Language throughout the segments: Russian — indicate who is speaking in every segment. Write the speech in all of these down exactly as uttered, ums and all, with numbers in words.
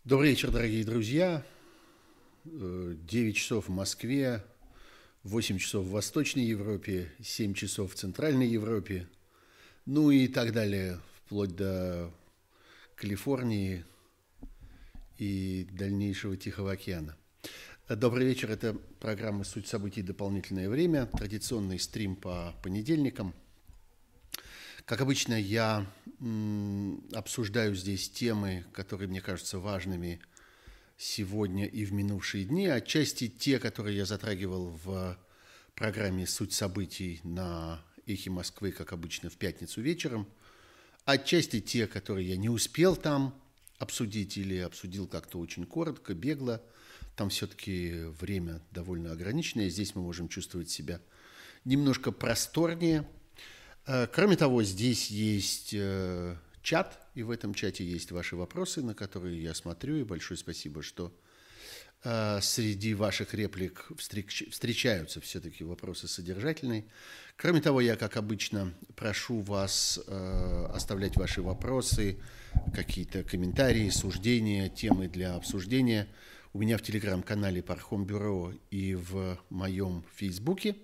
Speaker 1: Добрый вечер, дорогие друзья. девять часов в Москве, восемь часов в Восточной Европе, семь часов в Центральной Европе, ну и так далее, вплоть до Калифорнии и дальнейшего Тихого океана. Добрый вечер, это программа «Суть событий. Дополнительное время», традиционный стрим по понедельникам. Как обычно, я м, обсуждаю здесь темы, которые мне кажутся важными сегодня и в минувшие дни. Отчасти те, которые я затрагивал в программе «Суть событий» на «Эхе Москвы», как обычно, в пятницу вечером. Отчасти те, которые я не успел там обсудить или обсудил как-то очень коротко, бегло. Там все-таки время довольно ограниченное. Здесь мы можем чувствовать себя немножко просторнее. Кроме того, здесь есть чат, и в этом чате есть ваши вопросы, на которые я смотрю. И большое спасибо, что среди ваших реплик встречаются все-таки вопросы содержательные. Кроме того, я, как обычно, прошу вас оставлять ваши вопросы, какие-то комментарии, суждения, темы для обсуждения у меня в телеграм-канале Пархом Бюро и в моем фейсбуке.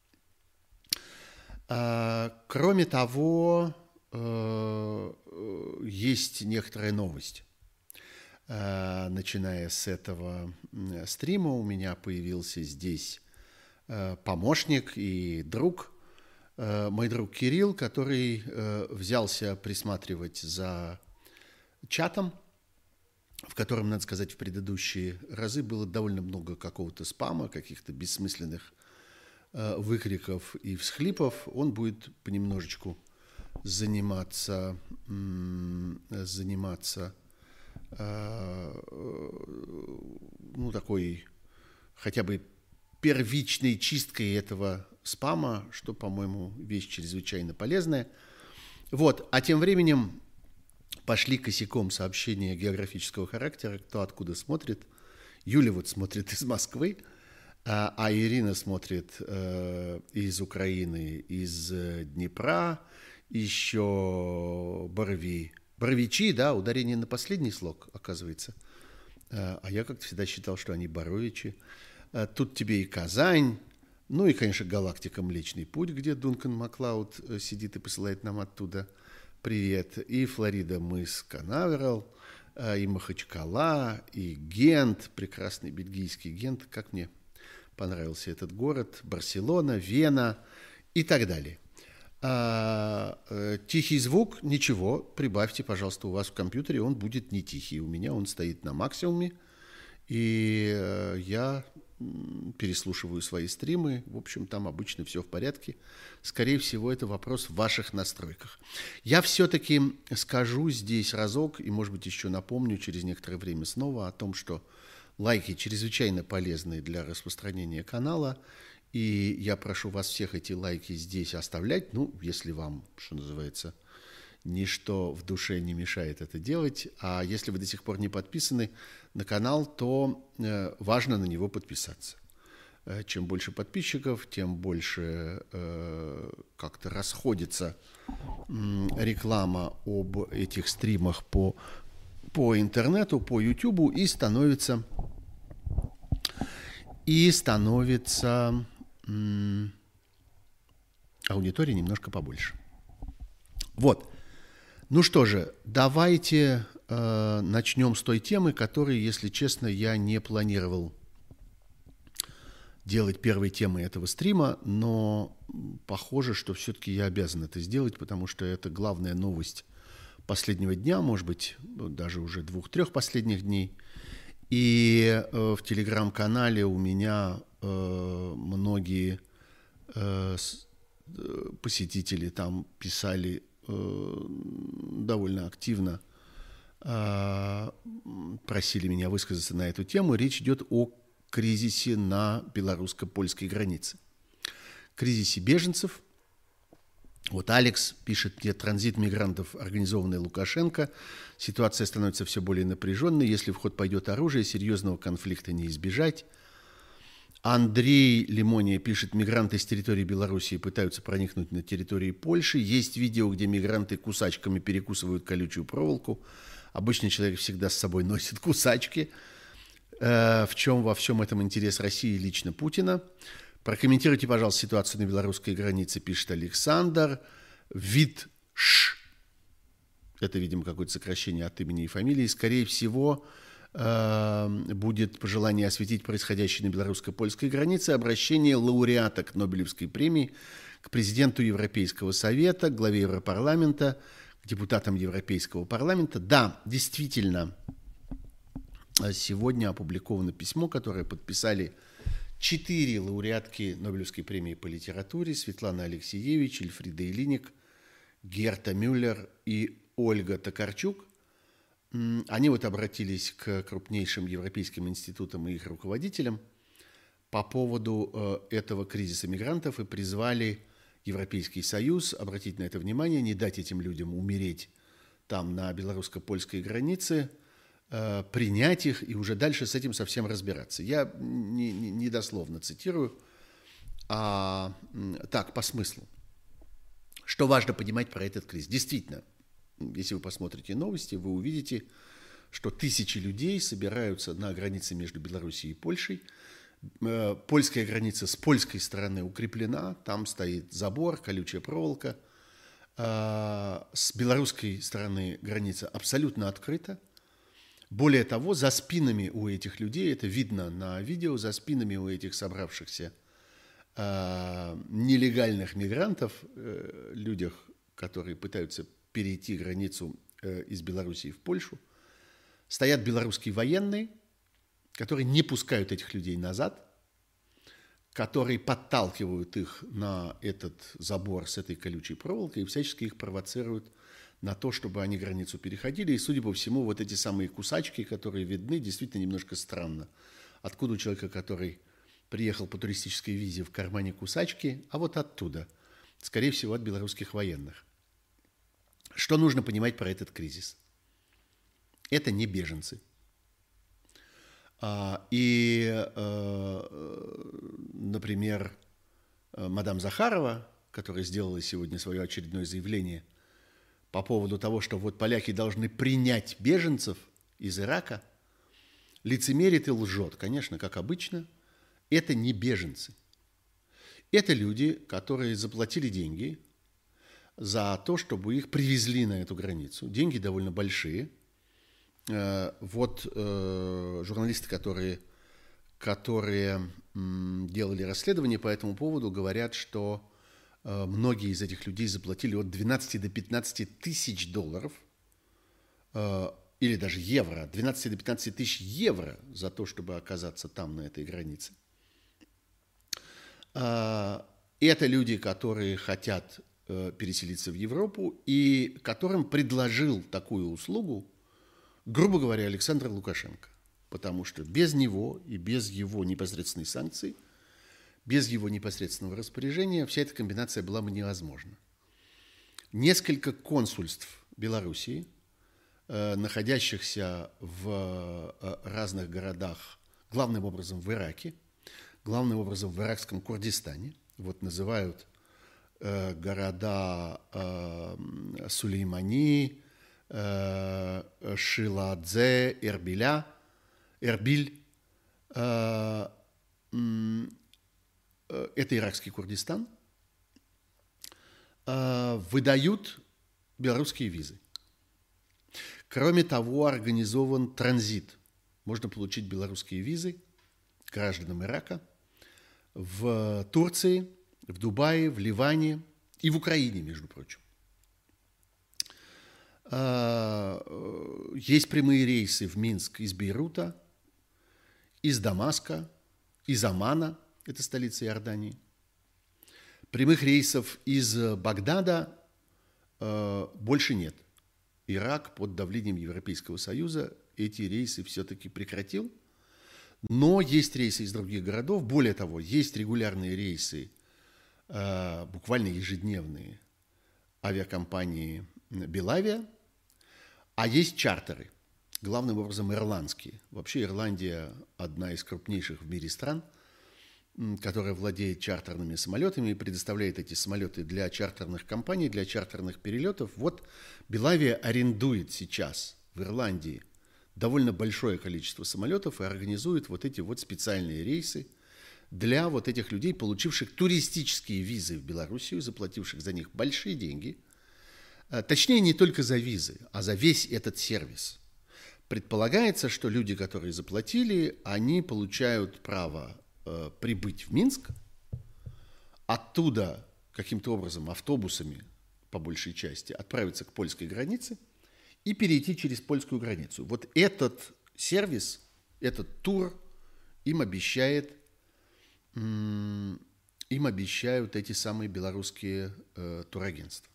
Speaker 1: Кроме того, есть некоторая новость. Начиная с этого стрима у меня появился здесь помощник и друг, мой друг Кирилл, который взялся присматривать за чатом, в котором, надо сказать, в предыдущие разы было довольно много какого-то спама, каких-то бессмысленных выкриков и всхлипов. Он будет понемножечку заниматься, заниматься ну, такой хотя бы первичной чисткой этого спама, что, по-моему, вещь чрезвычайно полезная. Вот. А тем временем пошли косяком сообщения географического характера, кто откуда смотрит. Юля вот смотрит из Москвы, а Ирина смотрит э, из Украины, из Днепра, еще Борови. Боровичи, да, ударение на последний слог, оказывается. А я как-то всегда считал, что они Боровичи. Тут тебе и Казань, ну и, конечно, галактика Млечный Путь, где Дункан Маклауд сидит и посылает нам оттуда привет. И Флорида мыс Канаверал, и Махачкала, и Гент, прекрасный бельгийский Гент, как мне понравился этот город, Барселона, Вена и так далее. А, э, тихий звук, ничего, прибавьте, пожалуйста, у вас в компьютере, он будет не тихий. У меня он стоит на максимуме, и э, я переслушиваю свои стримы. В общем, там обычно все в порядке. Скорее всего, это вопрос в ваших настройках. Я все-таки скажу здесь разок, и, может быть, еще напомню через некоторое время снова о том, что лайки чрезвычайно полезны для распространения канала, и я прошу вас всех эти лайки здесь оставлять, ну, если вам, что называется, ничто в душе не мешает это делать. А если вы до сих пор не подписаны на канал, то э, важно на него подписаться. Э, чем больше подписчиков, тем больше э, как-то расходится э, реклама об этих стримах по по интернету, по Ютубу, и становится, и становится м, аудитория немножко побольше. Вот. Ну что же, давайте э, начнем с той темы, которую, если честно, я не планировал делать первой темой этого стрима, но похоже, что все-таки я обязан это сделать, потому что это главная новость последнего дня, может быть, даже уже двух-трех последних дней. И э, в телеграм-канале у меня э, многие э, с, э, посетители там писали э, довольно активно, э, просили меня высказаться на эту тему. Речь идет о кризисе на белорусско-польской границе. Кризисе беженцев. Вот Алекс пишет мне: транзит мигрантов, организованный Лукашенко. Ситуация становится все более напряженной. Если в ход пойдет оружие, серьезного конфликта не избежать. Андрей Лимония пишет: мигранты с территории Белоруссии пытаются проникнуть на территорию Польши. Есть видео, где мигранты кусачками перекусывают колючую проволоку. Обычный человек всегда с собой носит кусачки. В чем во всем этом интерес России и лично Путина? Прокомментируйте, пожалуйста, ситуацию на белорусской границе, пишет Александр. Вид Ш. Это, видимо, какое-то сокращение от имени и фамилии. Скорее всего, будет пожелание осветить происходящее на белорусско-польской границе, обращение лауреата к Нобелевской премии, к президенту Европейского совета, к главе Европарламента, к депутатам Европейского парламента. Да, действительно, сегодня опубликовано письмо, которое подписали четыре лауреатки Нобелевской премии по литературе: Светлана Алексеевич, Эльфрида Илиник, Герта Мюллер и Ольга Токарчук. Они вот обратились к крупнейшим европейским институтам и их руководителям по поводу этого кризиса мигрантов и призвали Европейский Союз обратить на это внимание, не дать этим людям умереть там на белорусско-польской границе, принять их и уже дальше с этим совсем разбираться. Я не, не, не дословно цитирую, а так, по смыслу. Что важно понимать про этот кризис? Действительно, если вы посмотрите новости, вы увидите, что тысячи людей собираются на границе между Белоруссией и Польшей. Польская граница с польской стороны укреплена, там стоит забор, колючая проволока. С белорусской стороны граница абсолютно открыта. Более того, за спинами у этих людей, это видно на видео, за спинами у этих собравшихся нелегальных мигрантов, людях, которые пытаются перейти границу из Белоруссии в Польшу, стоят белорусские военные, которые не пускают этих людей назад, которые подталкивают их на этот забор с этой колючей проволокой и всячески их провоцируют на то, чтобы они границу переходили. И, судя по всему, вот эти самые кусачки, которые видны, действительно немножко странно. Откуда у человека, который приехал по туристической визе, в кармане кусачки? А вот оттуда. Скорее всего, от белорусских военных. Что нужно понимать про этот кризис? Это не беженцы. И, например, мадам Захарова, которая сделала сегодня свое очередное заявление по поводу того, что вот поляки должны принять беженцев из Ирака, лицемерит и лжет. Конечно, как обычно, это не беженцы. Это люди, которые заплатили деньги за то, чтобы их привезли на эту границу. Деньги довольно большие. Вот журналисты, которые, которые делали расследование по этому поводу, говорят, что многие из этих людей заплатили от двенадцати до пятнадцати тысяч долларов, или даже евро, от двенадцати до пятнадцати тысяч евро за то, чтобы оказаться там, на этой границе. Это люди, которые хотят переселиться в Европу и которым предложил такую услугу, грубо говоря, Александр Лукашенко. Потому что без него и без его непосредственной санкции, без его непосредственного распоряжения вся эта комбинация была бы невозможна. Несколько консульств Белоруссии, находящихся в разных городах, главным образом в Ираке, главным образом в иракском Курдистане, вот называют э, города э, Сулеймани, э, Шиладзе, Эрбиля, Эрбиль. Э, э, это иракский Курдистан. Э, выдают белорусские визы. Кроме того, организован транзит. Можно получить белорусские визы гражданам Ирака в Турции, в Дубае, в Ливане и в Украине, между прочим. Есть прямые рейсы в Минск из Бейрута, из Дамаска, из Аммана, это столица Иордании. Прямых рейсов из Багдада больше нет. Ирак под давлением Европейского Союза эти рейсы все-таки прекратил. Но есть рейсы из других городов. Более того, есть регулярные рейсы, буквально ежедневные, авиакомпании Белавия, а есть чартеры, главным образом ирландские. Вообще Ирландия одна из крупнейших в мире стран, которая владеет чартерными самолетами и предоставляет эти самолеты для чартерных компаний, для чартерных перелетов. Вот Белавия арендует сейчас в Ирландии довольно большое количество самолетов и организует вот эти вот специальные рейсы для вот этих людей, получивших туристические визы в Белоруссию, заплативших за них большие деньги. Точнее, не только за визы, а за весь этот сервис. Предполагается, что люди, которые заплатили, они получают право э, прибыть в Минск, оттуда каким-то образом автобусами, по большей части, отправиться к польской границе и перейти через польскую границу. Вот этот сервис, этот тур им обещает, м- им обещают эти самые белорусские э, турагентства.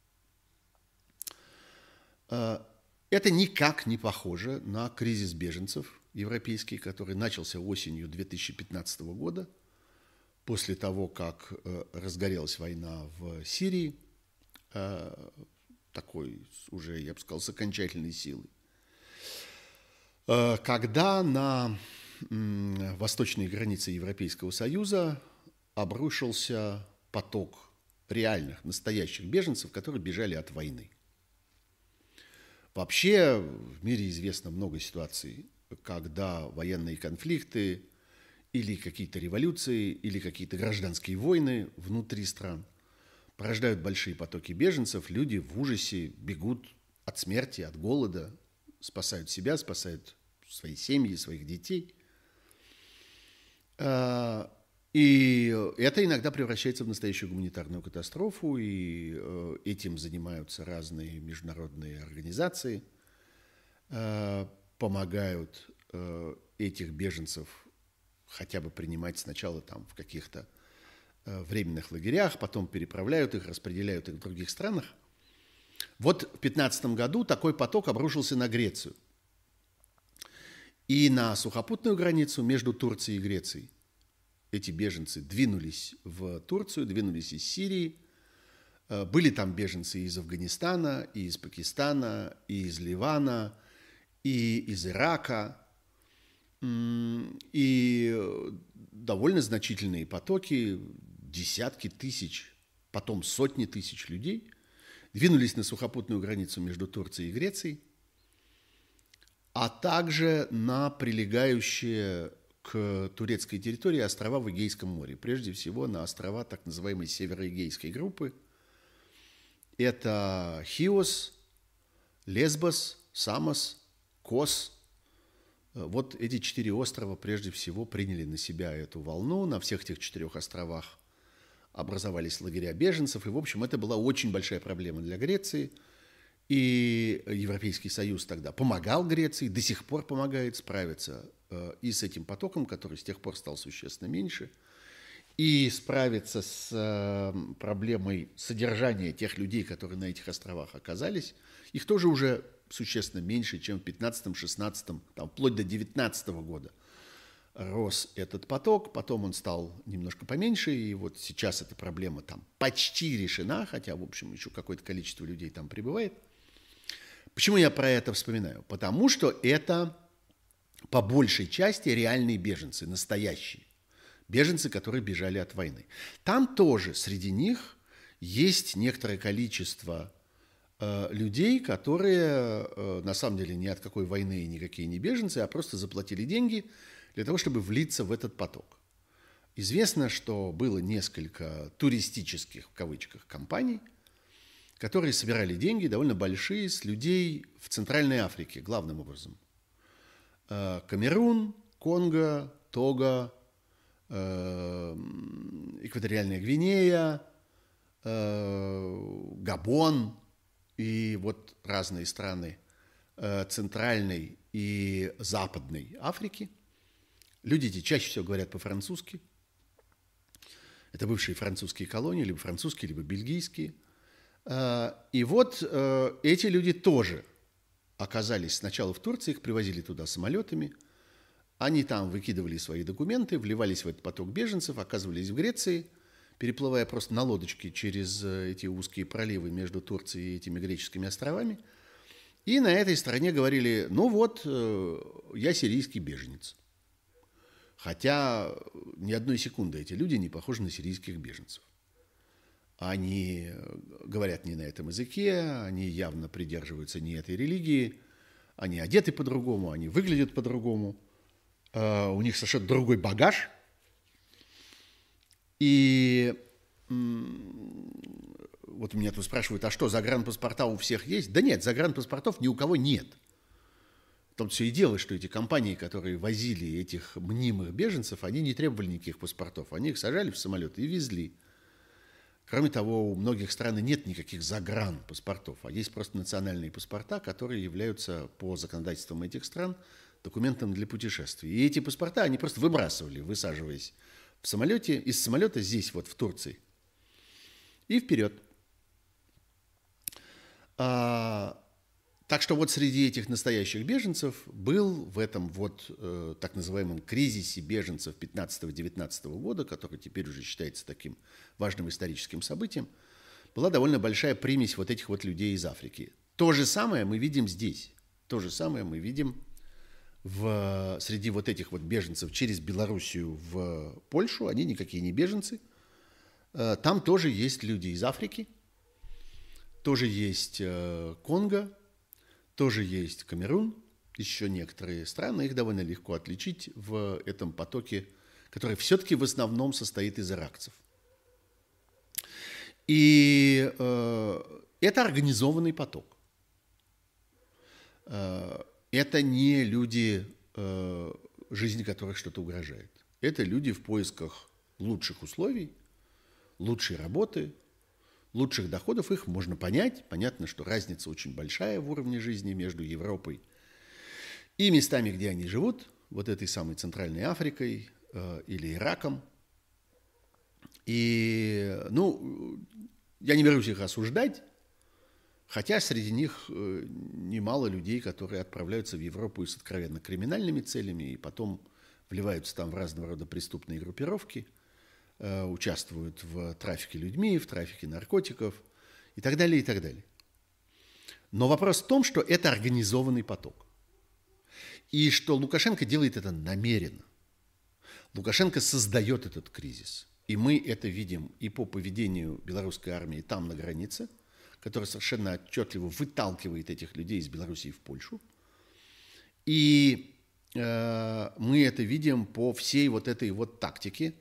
Speaker 1: Э, Это никак не похоже на кризис беженцев европейский, который начался осенью две тысячи пятнадцатого года, после того, как э, разгорелась война в Сирии, э, такой уже, я бы сказал, с окончательной силой. Э, когда на э, восточные границы Европейского Союза обрушился поток реальных, настоящих беженцев, которые бежали от войны. Вообще в мире известно много ситуаций, когда военные конфликты или какие-то революции, или какие-то гражданские войны внутри стран порождают большие потоки беженцев. Люди в ужасе бегут от смерти, от голода, спасают себя, спасают свои семьи, своих детей. И это иногда превращается в настоящую гуманитарную катастрофу, и этим занимаются разные международные организации, помогают этих беженцев хотя бы принимать сначала там в каких-то временных лагерях, потом переправляют их, распределяют их в других странах. Вот в две тысячи пятнадцатом году такой поток обрушился на Грецию. И на сухопутную границу между Турцией и Грецией эти беженцы двинулись в Турцию, двинулись из Сирии. Были там беженцы из Афганистана, и из Пакистана, и из Ливана, и из Ирака. И довольно значительные потоки, десятки тысяч, потом сотни тысяч людей двинулись на сухопутную границу между Турцией и Грецией, а также на прилегающие к турецкой территории острова в Эгейском море. Прежде всего на острова так называемой североэгейской группы. Это Хиос, Лесбос, Самос, Кос. Вот эти четыре острова прежде всего приняли на себя эту волну. На всех этих четырех островах образовались лагеря беженцев. И, в общем, это была очень большая проблема для Греции. И Европейский Союз тогда помогал Греции, до сих пор помогает справиться и с этим потоком, который с тех пор стал существенно меньше, и справиться с проблемой содержания тех людей, которые на этих островах оказались. Их тоже уже существенно меньше, чем в пятнадцатом, шестнадцатом, там, вплоть до девятнадцатого года рос этот поток. Потом он стал немножко поменьше, и вот сейчас эта проблема там почти решена, хотя, в общем, еще какое-то количество людей там прибывает. Почему я про это вспоминаю? Потому что это по большей части реальные беженцы, настоящие. Беженцы, которые бежали от войны. Там тоже среди них есть некоторое количество э, людей, которые э, на самом деле ни от какой войны никакие не беженцы, а просто заплатили деньги для того, чтобы влиться в этот поток. Известно, что было несколько туристических, в кавычках, компаний, которые собирали деньги довольно большие с людей в Центральной Африке, главным образом. Камерун, Конго, Того, Экваториальная Гвинея, Габон и вот разные страны Центральной и Западной Африки. Люди эти чаще всего говорят по-французски. Это бывшие французские колонии, либо французские, либо бельгийские. И вот эти люди тоже оказались сначала в Турции, их привозили туда самолетами. Они там выкидывали свои документы, вливались в этот поток беженцев, оказывались в Греции, переплывая просто на лодочке через эти узкие проливы между Турцией и этими греческими островами. И на этой стороне говорили: ну вот, я сирийский беженец. Хотя ни одной секунды эти люди не похожи на сирийских беженцев. Они говорят не на этом языке, они явно придерживаются не этой религии, они одеты по-другому, они выглядят по-другому, у них совершенно другой багаж. И вот меня тут спрашивают, а что, загранпаспорта у всех есть? Да нет, загранпаспортов ни у кого нет. В том все и дело, что эти компании, которые возили этих мнимых беженцев, они не требовали никаких паспортов. Они их сажали в самолет и везли. Кроме того, у многих стран нет никаких загранпаспортов, а есть просто национальные паспорта, которые являются по законодательствам этих стран документом для путешествий. И эти паспорта они просто выбрасывали, высаживаясь в самолете, из самолета здесь, вот в Турции. И вперед. А, так что вот среди этих настоящих беженцев был в этом вот э, так называемом кризисе беженцев пятнадцатого-девятнадцатого года, который теперь уже считается таким важным историческим событием, была довольно большая примесь вот этих вот людей из Африки. То же самое мы видим здесь. То же самое мы видим в, среди вот этих вот беженцев через Белоруссию в Польшу. Они никакие не беженцы. Там тоже есть люди из Африки, тоже есть Конго, тоже есть Камерун, еще некоторые страны. Их довольно легко отличить в этом потоке, который все-таки в основном состоит из иракцев. И э, это организованный поток. Э, это не люди, э, жизни которых что-то угрожает. Это люди в поисках лучших условий, лучшей работы, лучших доходов. Их можно понять. Понятно, что разница очень большая в уровне жизни между Европой и местами, где они живут, вот этой самой Центральной Африкой э, или Ираком. И, ну, я не берусь их осуждать, хотя среди них э, немало людей, которые отправляются в Европу с откровенно криминальными целями и потом вливаются там в разного рода преступные группировки, э, участвуют в трафике людьми, в трафике наркотиков и так далее, и так далее. Но вопрос в том, что это организованный поток. И что Лукашенко делает это намеренно. Лукашенко создает этот кризис. И мы это видим и по поведению белорусской армии там на границе, которая совершенно отчетливо выталкивает этих людей из Белоруссии в Польшу. И э, мы это видим по всей вот этой вот тактике,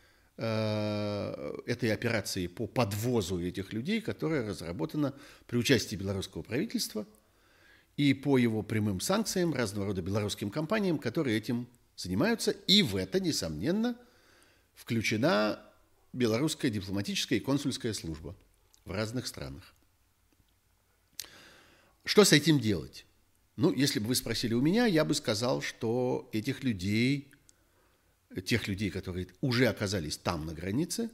Speaker 1: э, этой операции по подвозу этих людей, которая разработана при участии белорусского правительства и по его прямым санкциям разного рода белорусским компаниям, которые этим занимаются. И в это, несомненно, включена белорусская дипломатическая и консульская служба в разных странах. Что с этим делать? Ну, если бы вы спросили у меня, я бы сказал, что этих людей, тех людей, которые уже оказались там на границе,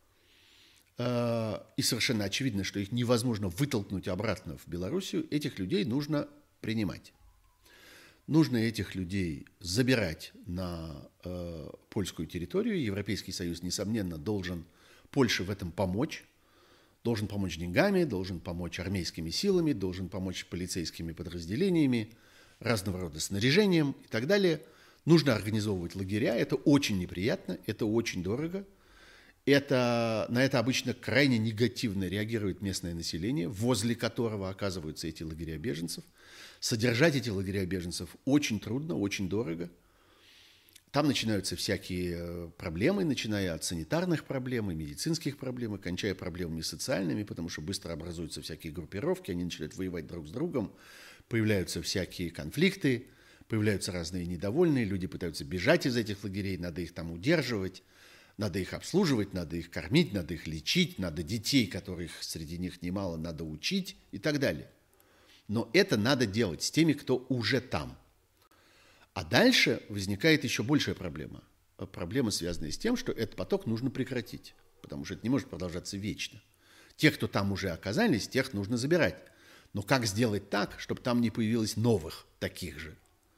Speaker 1: э, и совершенно очевидно, что их невозможно вытолкнуть обратно в Белоруссию, этих людей нужно принимать. Нужно этих людей забирать на э, польскую территорию. Европейский Союз, несомненно, должен Польше в этом помочь. Должен помочь деньгами, должен помочь армейскими силами, должен помочь полицейскими подразделениями, разного рода снаряжением и так далее. Нужно организовывать лагеря. Это очень неприятно, это очень дорого. Это, на это обычно крайне негативно реагирует местное население, возле которого оказываются эти лагеря беженцев. Содержать эти лагеря беженцев очень трудно, очень дорого. Там начинаются всякие проблемы, начиная от санитарных проблем и медицинских проблем, и кончая проблемами социальными, потому что быстро образуются всякие группировки, они начинают воевать друг с другом, появляются всякие конфликты, появляются разные недовольные, люди пытаются бежать из этих лагерей, надо их там удерживать, надо их обслуживать, надо их кормить, надо их лечить, надо детей, которых среди них немало, надо учить и так далее. Но это надо делать с теми, кто уже там. А дальше возникает еще большая проблема. Проблема, связанная с тем, что этот поток нужно прекратить, потому что это не может продолжаться вечно. Тех, кто там уже оказались, тех нужно забирать. Но как сделать так, чтобы там не появилось новых таких же?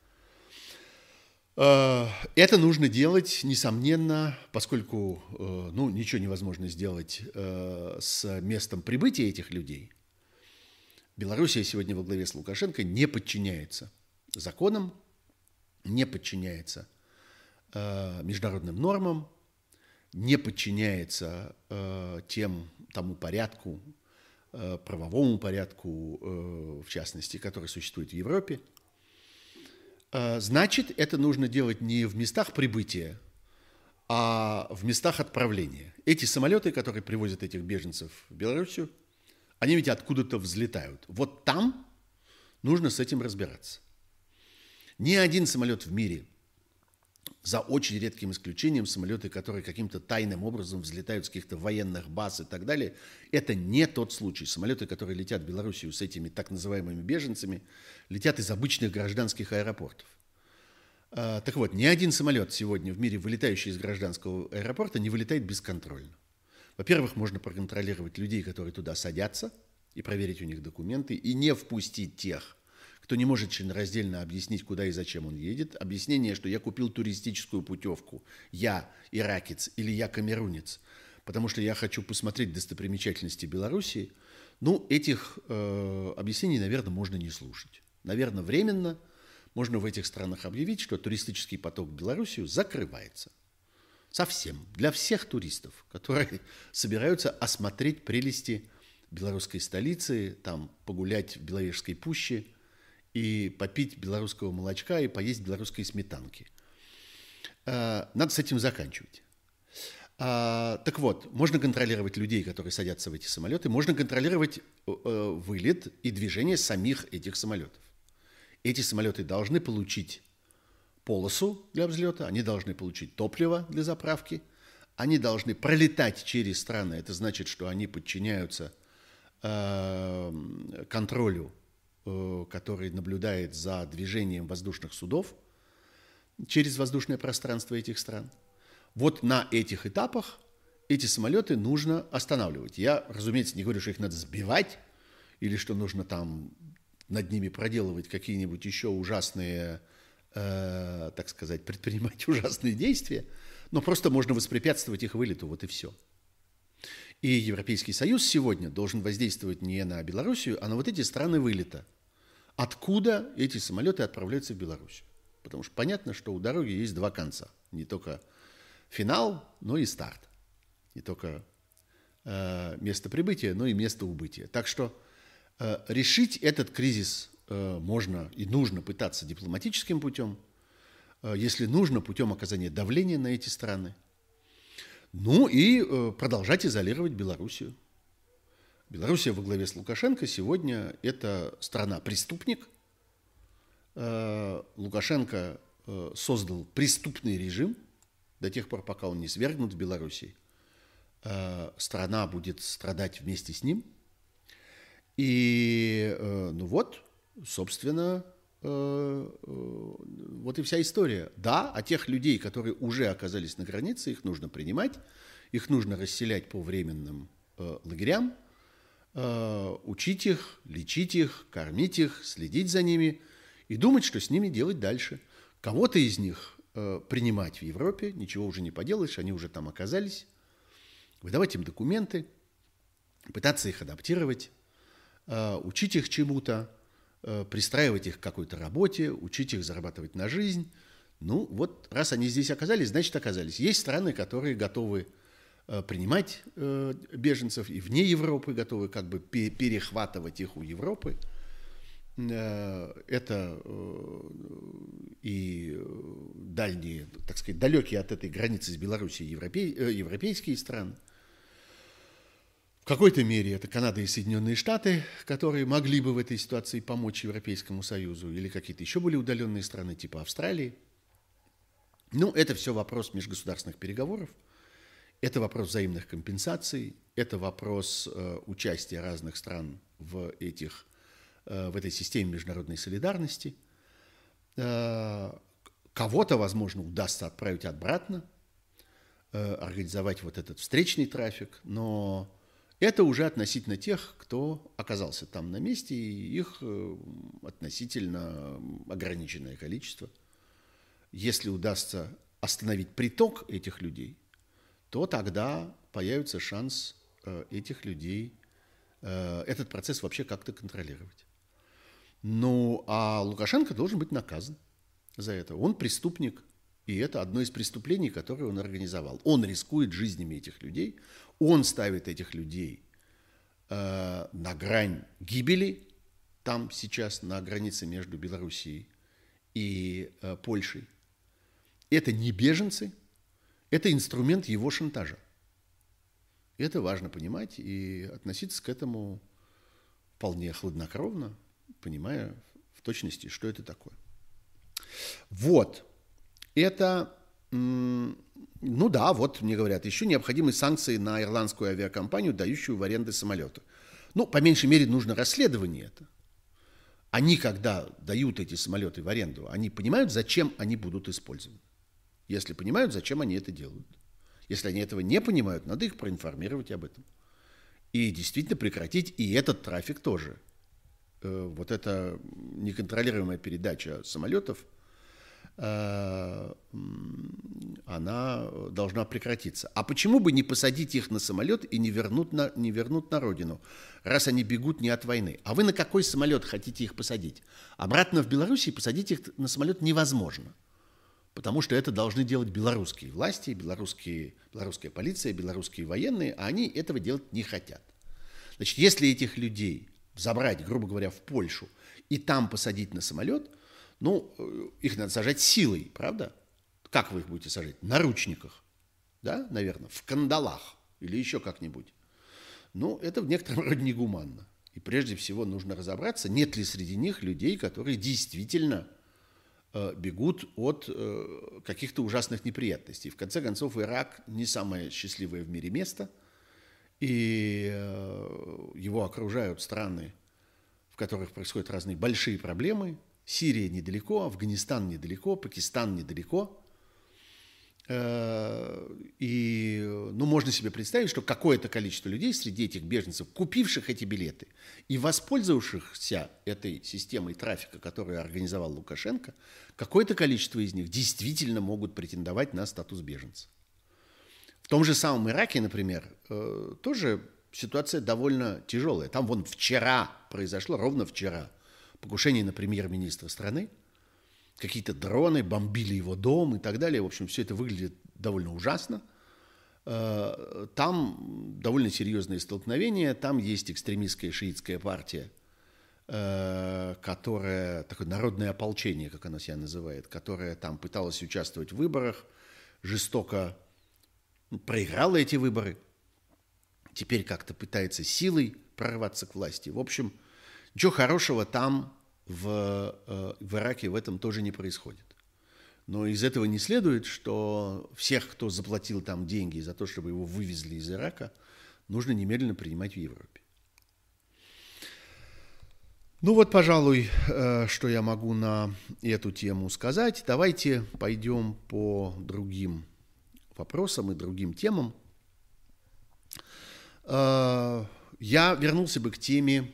Speaker 1: Это нужно делать, несомненно, поскольку ну, ничего невозможно сделать с местом прибытия этих людей. Белоруссия сегодня во главе с Лукашенко не подчиняется законам, не подчиняется э, международным нормам, не подчиняется э, тем, тому порядку, э, правовому порядку, э, в частности, который существует в Европе. Значит, это нужно делать не в местах прибытия, а в местах отправления. Эти самолеты, которые привозят этих беженцев в Белоруссию, они ведь откуда-то взлетают. Вот там нужно с этим разбираться. Ни один самолет в мире, за очень редким исключением, самолеты, которые каким-то тайным образом взлетают с каких-то военных баз и так далее, это не тот случай. Самолеты, которые летят в Белоруссию с этими так называемыми беженцами, летят из обычных гражданских аэропортов. Так вот, ни один самолет сегодня в мире, вылетающий из гражданского аэропорта, не вылетает бесконтрольно. Во-первых, можно проконтролировать людей, которые туда садятся, и проверить у них документы, и не впустить тех, кто не может членораздельно объяснить, куда и зачем он едет. Объяснение, что я купил туристическую путевку, я иракец или я камерунец, потому что я хочу посмотреть достопримечательности Белоруссии, ну, этих э, объяснений, наверное, можно не слушать. Наверное, временно можно в этих странах объявить, что туристический поток в Белоруссию закрывается. Совсем. Для всех туристов, которые собираются осмотреть прелести белорусской столицы, там погулять в Беловежской пуще и попить белорусского молочка и поесть белорусской сметанки. Надо с этим заканчивать. Так вот, можно контролировать людей, которые садятся в эти самолеты, можно контролировать вылет и движение самих этих самолетов. Эти самолеты должны получить полосу для взлета, они должны получить топливо для заправки, они должны пролетать через страны. Это значит, что они подчиняются э, контролю, э, который наблюдает за движением воздушных судов через воздушное пространство этих стран. Вот на этих этапах эти самолеты нужно останавливать. Я, разумеется, не говорю, что их надо сбивать или что нужно там над ними проделывать какие-нибудь еще ужасные, э, так сказать, предпринимать ужасные действия, но просто можно воспрепятствовать их вылету, вот и все. И Европейский Союз сегодня должен воздействовать не на Белоруссию, а на вот эти страны вылета. Откуда эти самолеты отправляются в Белоруссию? Потому что понятно, что у дороги есть два конца. Не только финал, но и старт. Не только э, место прибытия, но и место убытия. Так что решить этот кризис можно и нужно пытаться дипломатическим путем, если нужно, путем оказания давления на эти страны. Ну и продолжать изолировать Белоруссию. Белоруссия во главе с Лукашенко сегодня это страна-преступник. Лукашенко создал преступный режим до тех пор, пока он не свергнут в Белоруссии. Страна будет страдать вместе с ним. И, ну вот, собственно, вот и вся история. Да, а тех людей, которые уже оказались на границе, их нужно принимать, их нужно расселять по временным лагерям, учить их, лечить их, кормить их, следить за ними и думать, что с ними делать дальше. Кого-то из них принимать в Европе, ничего уже не поделаешь, они уже там оказались, выдавать им документы, пытаться их адаптировать, учить их чему-то, пристраивать их к какой-то работе, учить их зарабатывать на жизнь. Ну, вот раз они здесь оказались, значит оказались. Есть страны, которые готовы принимать беженцев и вне Европы, готовы как бы перехватывать их у Европы. Это и дальние, так сказать, далекие от этой границы с Белоруссией европей, европейские страны. В какой-то мере это Канада и Соединенные Штаты, которые могли бы в этой ситуации помочь Европейскому Союзу, или какие-то еще более удаленные страны, типа Австралии. Ну, это все вопрос межгосударственных переговоров, это вопрос взаимных компенсаций, это вопрос э, участия разных стран в, этих, э, в этой системе международной солидарности. Э, кого-то, возможно, удастся отправить обратно, э, организовать вот этот встречный трафик, но это уже относительно тех, кто оказался там на месте, и их относительно ограниченное количество. Если удастся остановить приток этих людей, то тогда появится шанс этих людей, этот процесс вообще как-то контролировать. Ну, а Лукашенко должен быть наказан за это. Он преступник, и это одно из преступлений, которое он организовал. Он рискует жизнями этих людей, он ставит этих людей э, на грань гибели, там сейчас на границе между Белоруссией и э, Польшей, это не беженцы, это инструмент его шантажа. Это важно понимать и относиться к этому вполне хладнокровно, понимая в точности, что это такое. Вот. Это, ну да, вот мне говорят, еще необходимы санкции на ирландскую авиакомпанию, дающую в аренду самолеты. Ну, по меньшей мере, нужно расследование это. Они, когда дают эти самолеты в аренду, они понимают, зачем они будут использованы. Если понимают, зачем они это делают. Если они этого не понимают, надо их проинформировать об этом. И действительно прекратить и этот трафик тоже. Вот эта неконтролируемая передача самолетов, она должна прекратиться. А почему бы не посадить их на самолет и не вернуть на, не вернуть на родину, раз они бегут не от войны? А вы на какой самолет хотите их посадить? Обратно в Белоруссию посадить их на самолет невозможно. Потому что это должны делать белорусские власти, белорусские, белорусская полиция, белорусские военные, а они этого делать не хотят. Значит, если этих людей забрать, грубо говоря, в Польшу и там посадить на самолет, ну, их надо сажать силой, правда? Как вы их будете сажать? На наручниках, да, наверное, в кандалах или еще как-нибудь. Ну, это в некотором роде негуманно. И прежде всего нужно разобраться, нет ли среди них людей, которые действительно бегут от э, каких-то ужасных неприятностей. В конце концов, Ирак не самое счастливое в мире место, и э, его окружают страны, в которых происходят разные большие проблемы. Сирия недалеко, Афганистан недалеко, Пакистан недалеко. Э, и ну, можно себе представить, что какое-то количество людей среди этих беженцев, купивших эти билеты и воспользовавшихся этой системой трафика, которую организовал Лукашенко, какое-то количество из них действительно могут претендовать на статус беженца. В том же самом Ираке, например, э, тоже ситуация довольно тяжелая. Там вон вчера произошло, ровно вчера, покушение на премьер-министра страны. Какие-то дроны бомбили его дом и так далее. В общем, все это выглядит довольно ужасно. Э, там довольно серьезные столкновения. Там есть экстремистская шиитская партия, которая, такое народное ополчение, как оно себя называет, которая там пыталась участвовать в выборах, жестоко проиграла эти выборы, теперь как-то пытается силой прорваться к власти. В общем, ничего хорошего там в, в Ираке в этом тоже не происходит. Но из этого не следует, что всех, кто заплатил там деньги за то, чтобы его вывезли из Ирака, нужно немедленно принимать в Европе. Ну вот, пожалуй, что я могу на эту тему сказать. Давайте пойдем по другим вопросам и другим темам. Я вернулся бы к теме,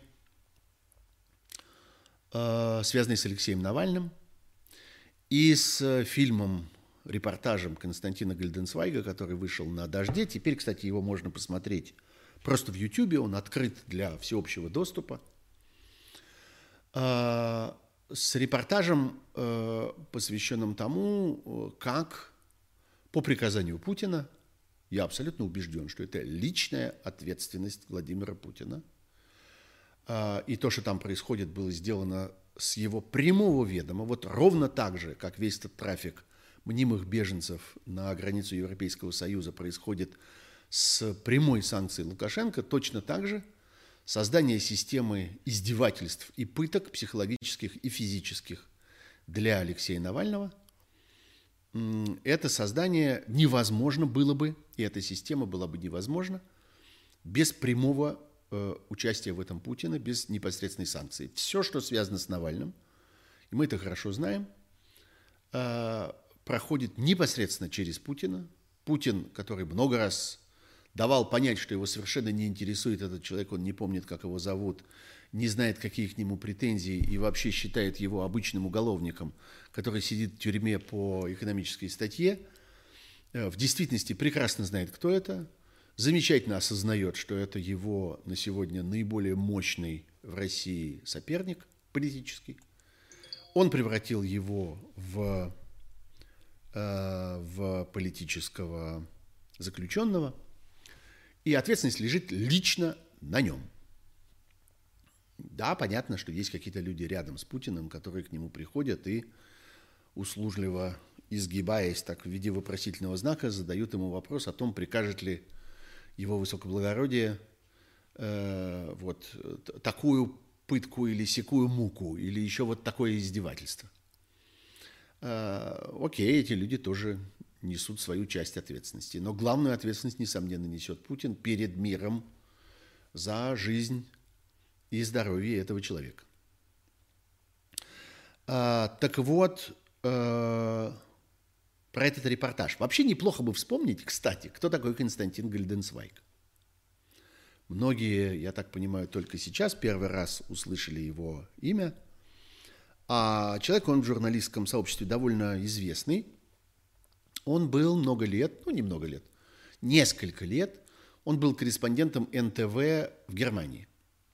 Speaker 1: связанной с Алексеем Навальным и с фильмом, репортажем Константина Гольденцвайга, который вышел на «Дожде». Теперь, кстати, его можно посмотреть просто в Ютубе, он открыт для всеобщего доступа. С репортажем, посвященным тому, как по приказанию Путина, я абсолютно убежден, что это личная ответственность Владимира Путина, и то, что там происходит, было сделано с его прямого ведома, вот ровно так же, как весь этот трафик мнимых беженцев на границу Европейского Союза происходит с прямой санкцией Лукашенко, точно так же создание системы издевательств и пыток психологических и физических для Алексея Навального, это создание невозможно было бы, и эта система была бы невозможна без прямого э, участия в этом Путина, без непосредственной санкции. Все, что связано с Навальным, и мы это хорошо знаем, э, проходит непосредственно через Путина. Путин, который много раз давал понять, что его совершенно не интересует этот человек, он не помнит, как его зовут, не знает, какие к нему претензии, и вообще считает его обычным уголовником, который сидит в тюрьме по экономической статье, в действительности прекрасно знает, кто это, замечательно осознает, что это его на сегодня наиболее мощный в России соперник политический. Он превратил его в, в политического заключенного, и ответственность лежит лично на нем. Да, понятно, что есть какие-то люди рядом с Путиным, которые к нему приходят и услужливо изгибаясь так в виде вопросительного знака, задают ему вопрос о том, прикажет ли его высокоблагородие э, вот такую пытку или сякую муку, или еще вот такое издевательство. Э, окей, эти люди тоже несут свою часть ответственности. Но главную ответственность, несомненно, несет Путин перед миром за жизнь и здоровье этого человека. А, так вот, э, про этот репортаж. Вообще неплохо бы вспомнить, кстати, кто такой Константин Гильденцвайг. Многие, я так понимаю, только сейчас первый раз услышали его имя. А человек, он в журналистском сообществе довольно известный. Он был много лет, ну не много лет, несколько лет, он был корреспондентом эн тэ вэ в Германии.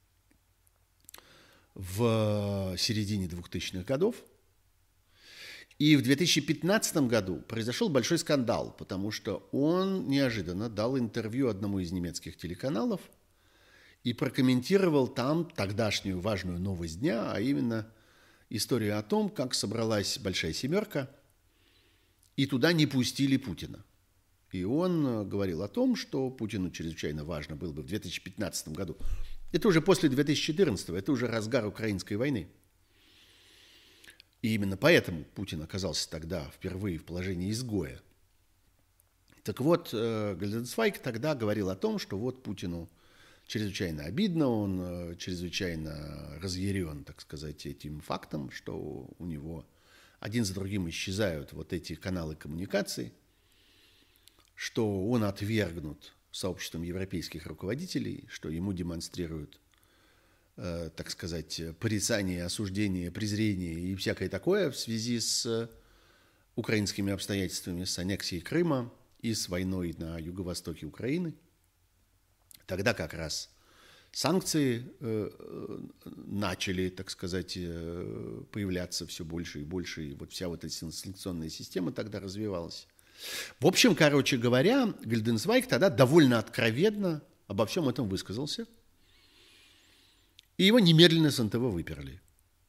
Speaker 1: В середине двухтысячных годов. И в две тысячи пятнадцатом году произошел большой скандал, потому что он неожиданно дал интервью одному из немецких телеканалов и прокомментировал там тогдашнюю важную новость дня, а именно историю о том, как собралась Большая Семерка, и туда не пустили Путина. И он говорил о том, что Путину чрезвычайно важно было бы в две тысячи пятнадцатом году. Это уже после две тысячи четырнадцатого, это уже разгар украинской войны. И именно поэтому Путин оказался тогда впервые в положении изгоя. Так вот, Гильденцвайг тогда говорил о том, что вот Путину чрезвычайно обидно, он чрезвычайно разъярен, так сказать, этим фактом, что у него один за другим исчезают вот эти каналы коммуникации, что он отвергнут сообществом европейских руководителей, что ему демонстрируют, э, так сказать, порицание, осуждение, презрение и всякое такое в связи с украинскими обстоятельствами, с аннексией Крыма и с войной на юго-востоке Украины. Тогда как раз санкции э, начали, так сказать, э, появляться все больше и больше, и вот вся вот эта санкционная система тогда развивалась. В общем, короче говоря, Гильденцвайг тогда довольно откровенно обо всем этом высказался, и его немедленно с эн тэ вэ выперли.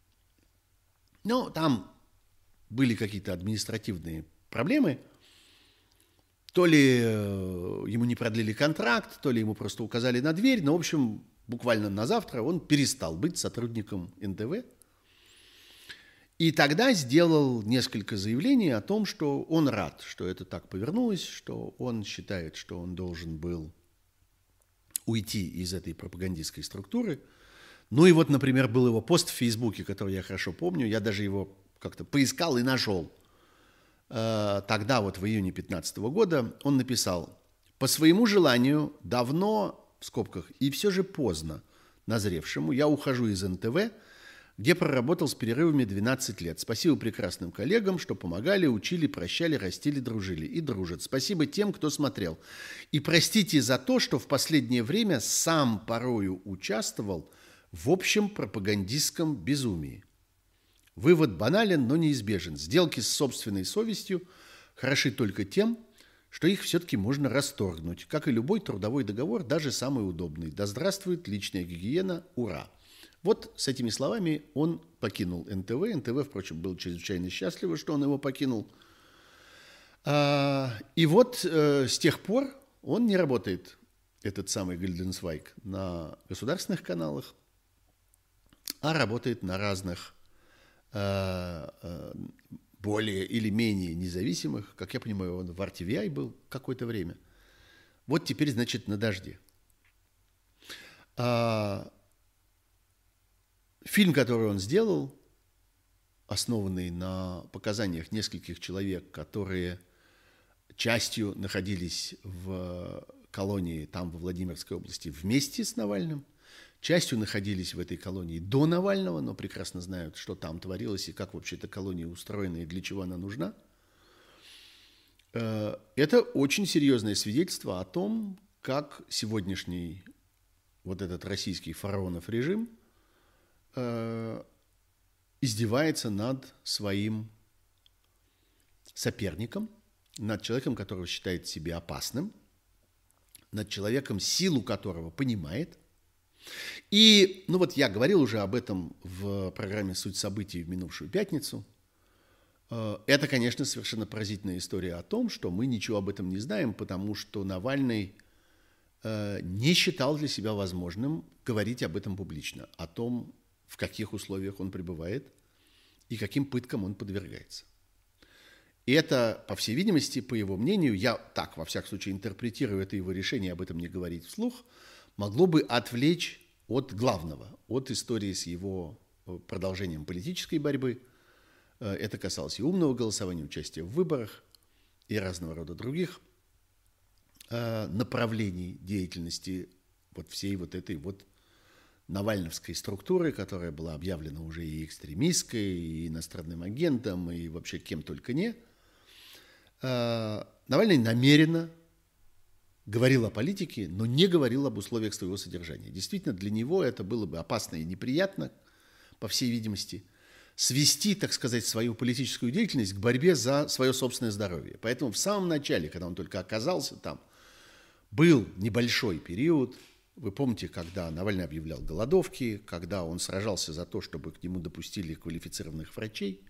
Speaker 1: Но там были какие-то административные проблемы. То ли ему не продлили контракт, то ли ему просто указали на дверь. Но, в общем, буквально на завтра он перестал быть сотрудником эн тэ вэ. И тогда сделал несколько заявлений о том, что он рад, что это так повернулось, что он считает, что он должен был уйти из этой пропагандистской структуры. Ну и вот, например, был его пост в Фейсбуке, который я хорошо помню. Я даже его как-то поискал и нашел. Тогда, вот в июне две тысячи пятнадцатого года, он написал: «По своему желанию, давно, в скобках, и все же поздно назревшему, я ухожу из эн тэ вэ, где проработал с перерывами двенадцать лет. Спасибо прекрасным коллегам, что помогали, учили, прощали, растили, дружили и дружат. Спасибо тем, кто смотрел. И простите за то, что в последнее время сам порою участвовал в общем пропагандистском безумии. Вывод банален, но неизбежен. Сделки с собственной совестью хороши только тем, что их все-таки можно расторгнуть, как и любой трудовой договор, даже самый удобный. Да здравствует личная гигиена, ура!» Вот с этими словами он покинул эн тэ вэ. эн тэ вэ, впрочем, был чрезвычайно счастлив, что он его покинул. И вот с тех пор он не работает, этот самый Гильденцвайг, на государственных каналах, а работает на разных более или менее независимых. Как я понимаю, он в ар ти ви ай был какое-то время. Вот теперь, значит, на «Дожде». Фильм, который он сделал, основанный на показаниях нескольких человек, которые частью находились в колонии там, во Владимирской области, вместе с Навальным, частью находились в этой колонии до Навального, но прекрасно знают, что там творилось и как вообще эта колония устроена и для чего она нужна. Это очень серьезное свидетельство о том, как сегодняшний вот этот российский фараонов режим издевается над своим соперником, над человеком, которого считает себе опасным, над человеком, силу которого понимает. И, ну вот я говорил уже об этом в программе «Суть событий» в минувшую пятницу. Это, конечно, совершенно поразительная история о том, что мы ничего об этом не знаем, потому что Навальный не считал для себя возможным говорить об этом публично, о том, в каких условиях он пребывает и каким пыткам он подвергается. И это, по всей видимости, по его мнению, я так, во всяком случае, интерпретирую это его решение об этом не говорить вслух, могло бы отвлечь от главного, от истории с его продолжением политической борьбы. Это касалось и умного голосования, участия в выборах и разного рода других направлений деятельности вот всей вот этой вот навальновской структуры, которая была объявлена уже и экстремистской, и иностранным агентом, и вообще кем только не. Навальный намеренно говорил о политике, но не говорил об условиях своего содержания. Действительно, для него это было бы опасно и неприятно, по всей видимости, свести, так сказать, свою политическую деятельность к борьбе за свое собственное здоровье. Поэтому в самом начале, когда он только оказался там, был небольшой период. Вы помните, когда Навальный объявлял голодовки, когда он сражался за то, чтобы к нему допустили квалифицированных врачей.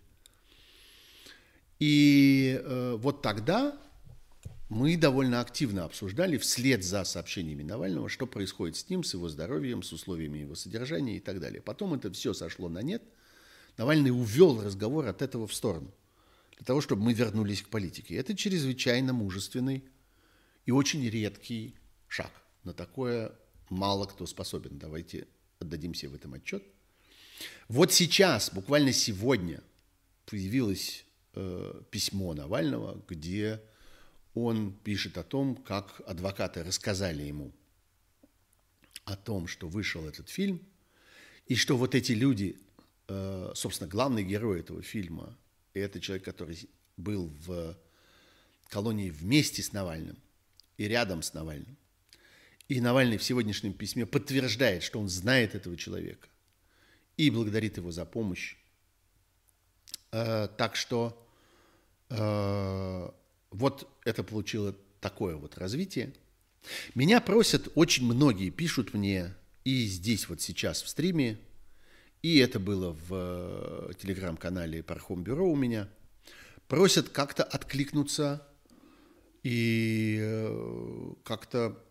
Speaker 1: И э, вот тогда мы довольно активно обсуждали вслед за сообщениями Навального, что происходит с ним, с его здоровьем, с условиями его содержания и так далее. Потом это все сошло на нет. Навальный увел разговор от этого в сторону, для того, чтобы мы вернулись к политике. Это чрезвычайно мужественный и очень редкий шаг. На такое мало кто способен. Давайте отдадим себе в этом отчет. Вот сейчас, буквально сегодня, появилось э, письмо Навального, где он пишет о том, как адвокаты рассказали ему о том, что вышел этот фильм, и что вот эти люди, э, собственно, главный герой этого фильма, это человек, который был в колонии вместе с Навальным и рядом с Навальным. И Навальный в сегодняшнем письме подтверждает, что он знает этого человека и благодарит его за помощь. Э, так что э, вот это получило такое вот развитие. Меня просят, очень многие пишут мне и здесь вот сейчас в стриме, и это было в телеграм-канале Пархом Бюро у меня, просят как-то откликнуться и э, как-то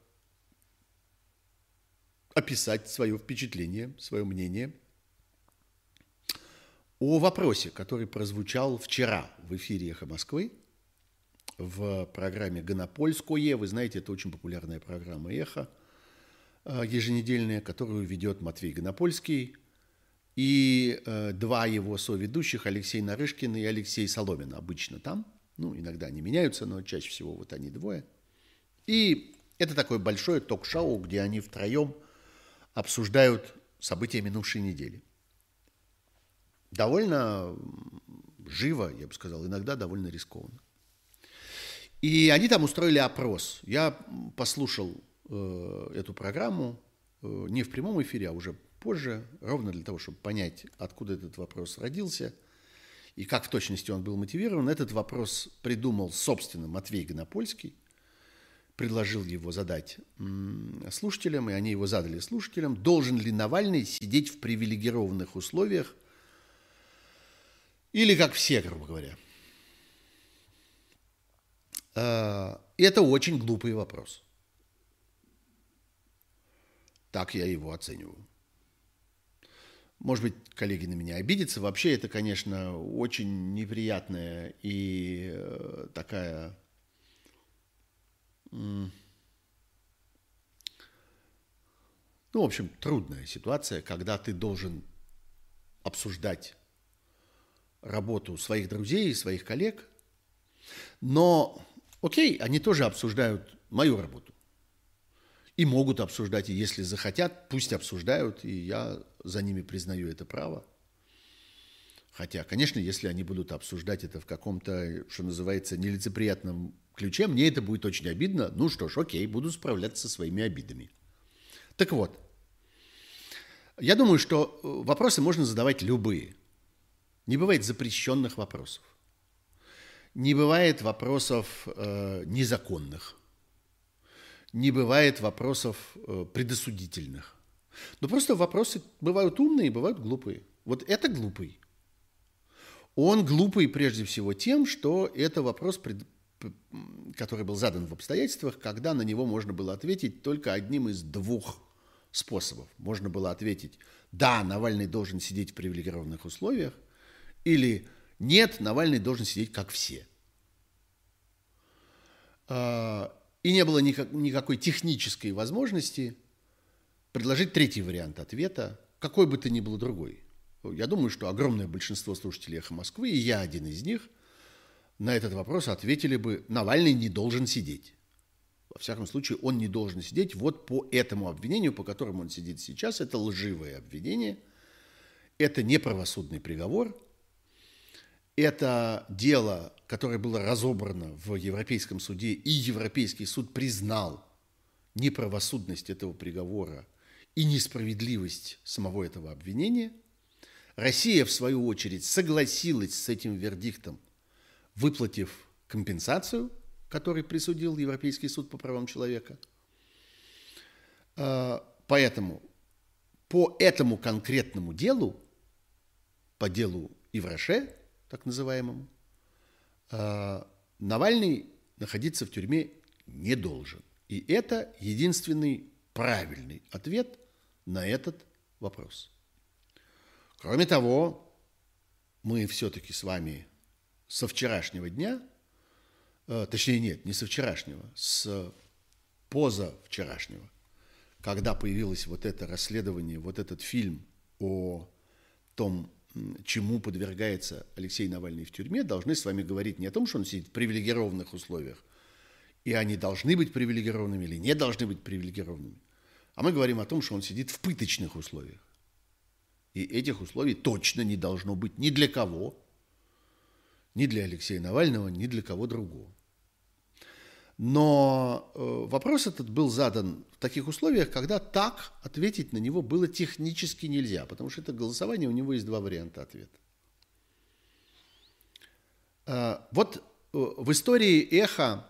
Speaker 1: описать свое впечатление, свое мнение о вопросе, который прозвучал вчера в эфире «Эхо Москвы» в программе «Гонопольское». Вы знаете, это очень популярная программа «Эхо» еженедельная, которую ведет Матвей Гонопольский и два его соведущих, Алексей Нарышкин и Алексей Соломин, обычно там. Ну, иногда они меняются, но чаще всего вот они двое. И это такое большое ток-шоу, где они втроем обсуждают события минувшей недели. Довольно живо, я бы сказал, иногда довольно рискованно. И они там устроили опрос. Я послушал э, эту программу э, не в прямом эфире, а уже позже, ровно для того, чтобы понять, откуда этот вопрос родился и как в точности он был мотивирован. Этот вопрос придумал, собственно, Матвей Гонопольский. Предложил его задать слушателям, и они его задали слушателям. Должен ли Навальный сидеть в привилегированных условиях или как все, грубо говоря? Это очень глупый вопрос. Так я его оцениваю. Может быть, коллеги на меня обидятся. Вообще это, конечно, очень неприятная и такая... Ну, в общем, трудная ситуация, когда ты должен обсуждать работу своих друзей, своих коллег, но, окей, они тоже обсуждают мою работу. И могут обсуждать, и если захотят, пусть обсуждают, и я за ними признаю это право. Хотя, конечно, если они будут обсуждать это в каком-то, что называется, нелицеприятном ключе, мне это будет очень обидно. Ну что ж, окей, буду справляться со своими обидами. Так вот, я думаю, что вопросы можно задавать любые. Не бывает запрещенных вопросов. Не бывает вопросов э, незаконных. Не бывает вопросов э, предосудительных. Но просто вопросы бывают умные, бывают глупые. Вот это глупый. Он глупый прежде всего тем, что это вопрос, который был задан в обстоятельствах, когда на него можно было ответить только одним из двух способов. Можно было ответить: да, Навальный должен сидеть в привилегированных условиях, или нет, Навальный должен сидеть как все. И не было никак, никакой технической возможности предложить третий вариант ответа, какой бы то ни было другой. Я думаю, что огромное большинство слушателей «Эхо Москвы», и я один из них, на этот вопрос ответили бы: Навальный не должен сидеть. Во всяком случае, он не должен сидеть вот по этому обвинению, по которому он сидит сейчас. Это лживое обвинение, это неправосудный приговор, это дело, которое было разобрано в Европейском суде, и Европейский суд признал неправосудность этого приговора и несправедливость самого этого обвинения. Россия, в свою очередь, согласилась с этим вердиктом, выплатив компенсацию, которую присудил Европейский суд по правам человека. Поэтому по этому конкретному делу, по делу Ивраше, так называемому, Навальный находиться в тюрьме не должен. И это единственный правильный ответ на этот вопрос. Кроме того, мы все-таки с вами со вчерашнего дня, точнее нет, не со вчерашнего, с позавчерашнего, когда появилось вот это расследование, вот этот фильм о том, чему подвергается Алексей Навальный в тюрьме, должны с вами говорить не о том, что он сидит в привилегированных условиях, и они должны быть привилегированными или не должны быть привилегированными, а мы говорим о том, что он сидит в пыточных условиях. И этих условий точно не должно быть ни для кого, ни для Алексея Навального, ни для кого другого. Но э, вопрос этот был задан в таких условиях, когда так ответить на него было технически нельзя, потому что это голосование, у него есть два варианта ответа. Э, вот э, в истории «Эхо»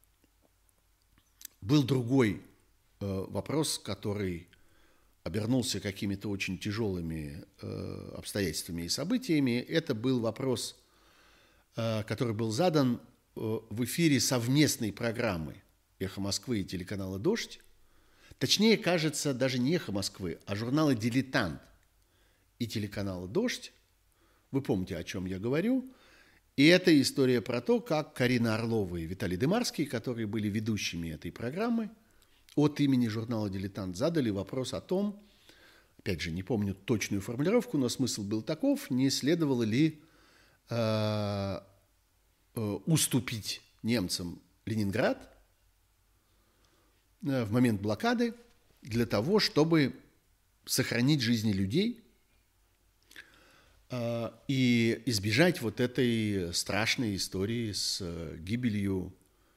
Speaker 1: был другой э, вопрос, который обернулся какими-то очень тяжелыми э, обстоятельствами и событиями. Это был вопрос, э, который был задан в эфире совместной программы «Эхо Москвы» и телеканала «Дождь». Точнее, кажется, даже не «Эхо Москвы», а журнала «Дилетант» и телеканала «Дождь». Вы помните, о чем я говорю. И это история про то, как Карина Орлова и Виталий Дымарский, которые были ведущими этой программы, от имени журнала «Дилетант» задали вопрос о том, опять же, не помню точную формулировку, но смысл был таков: не следовало ли э, уступить немцам Ленинград в момент блокады для того, чтобы сохранить жизни людей и избежать вот этой страшной истории с гибелью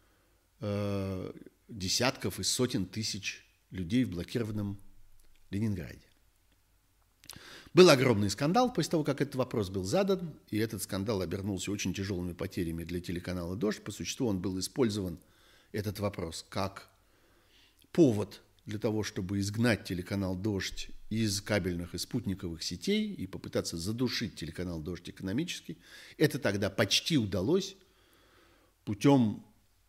Speaker 1: десятков и сотен тысяч людей в блокированном Ленинграде. Был огромный скандал после того, как этот вопрос был задан, и этот скандал обернулся очень тяжелыми потерями для телеканала «Дождь». По существу он был использован, этот вопрос, как повод для того, чтобы изгнать телеканал «Дождь» из кабельных и спутниковых сетей и попытаться задушить телеканал «Дождь» экономически. Это тогда почти удалось путем,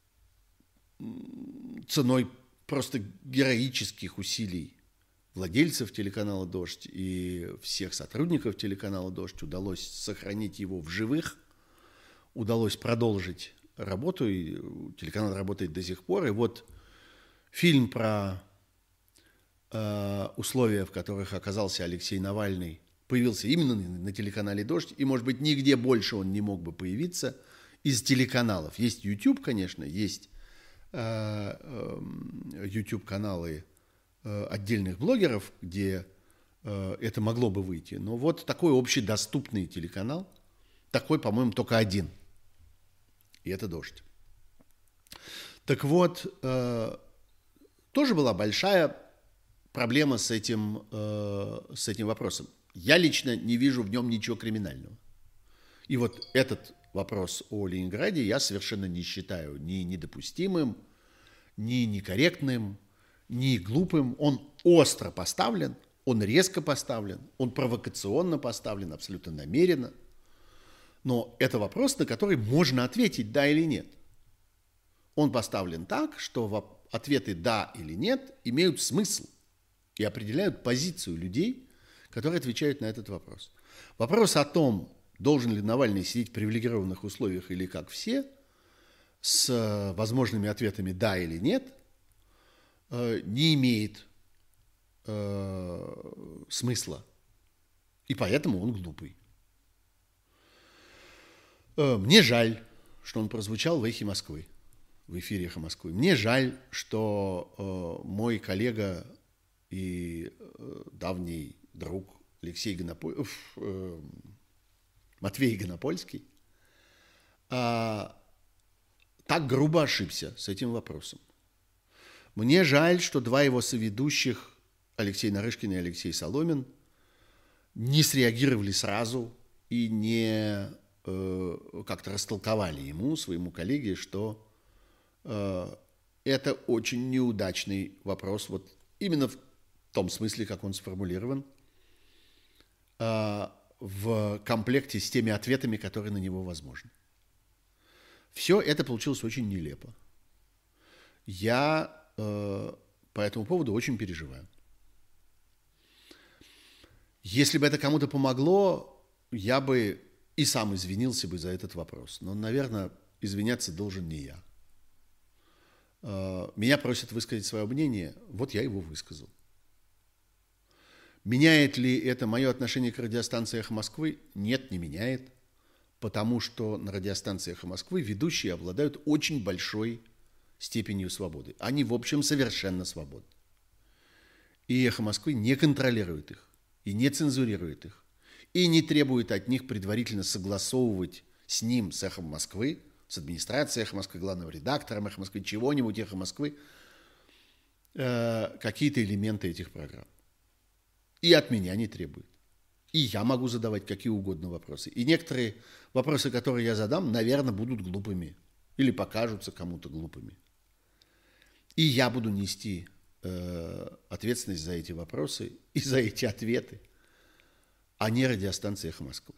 Speaker 1: ценой просто героических усилий владельцев телеканала «Дождь» и всех сотрудников телеканала «Дождь» удалось сохранить его в живых, удалось продолжить работу, и телеканал работает до сих пор. И вот фильм про э, условия, в которых оказался Алексей Навальный, появился именно на телеканале «Дождь», и, может быть, нигде больше он не мог бы появиться из телеканалов. Есть YouTube, конечно, есть э, э, YouTube-каналы отдельных блогеров, где э, это могло бы выйти. Но вот такой общедоступный телеканал, такой, по-моему, только один. И это «Дождь». Так вот, э, тоже была большая проблема с этим, э, с этим вопросом. Я лично не вижу в нем ничего криминального. И вот этот вопрос о Ленинграде я совершенно не считаю ни недопустимым, ни некорректным, не глупым. Он остро поставлен, он резко поставлен, он провокационно поставлен, абсолютно намеренно. Но это вопрос, на который можно ответить «да» или «нет». Он поставлен так, что ответы «да» или «нет» имеют смысл и определяют позицию людей, которые отвечают на этот вопрос. Вопрос о том, должен ли Навальный сидеть в привилегированных условиях или как все, с возможными ответами «да» или «нет», не имеет э, смысла. И поэтому он глупый. Мне жаль, что он прозвучал в «Эхе Москвы», в эфире «Эхо Москвы». Мне жаль, что э, мой коллега и э, давний друг Алексей Гонополь... э, Матвей Гонопольский э, так грубо ошибся с этим вопросом. Мне жаль, что два его соведущих, Алексей Нарышкин и Алексей Соломин, не среагировали сразу и не э, как-то растолковали ему, своему коллеге, что э, это очень неудачный вопрос, вот именно в том смысле, как он сформулирован, э, в комплекте с теми ответами, которые на него возможны. Все это получилось очень нелепо. Я э, по этому поводу очень переживаю. Если бы это кому-то помогло, я бы и сам извинился бы за этот вопрос. Но, наверное, извиняться должен не я. Э, меня просят высказать свое мнение, вот я его высказал. Меняет ли это мое отношение к радиостанции «Эхо Москвы»? Нет, не меняет. Потому что на радиостанции «Эхо Москвы» ведущие обладают очень большой степенью свободы. Они, в общем, совершенно свободны. И «Эхо Москвы» не контролирует их, и не цензурирует их, и не требует от них предварительно согласовывать с ним, с «Эхом Москвы», с администрацией «Эхо Москвы», главным редактором «Эхо Москвы», чего-нибудь «Эхо Москвы», э, какие-то элементы этих программ. И от меня не требует. И я могу задавать какие угодно вопросы. И некоторые вопросы, которые я задам, наверное, будут глупыми. Или покажутся кому-то глупыми. И я буду нести э, ответственность за эти вопросы и за эти ответы, а не радиостанция «Эхо Москвы».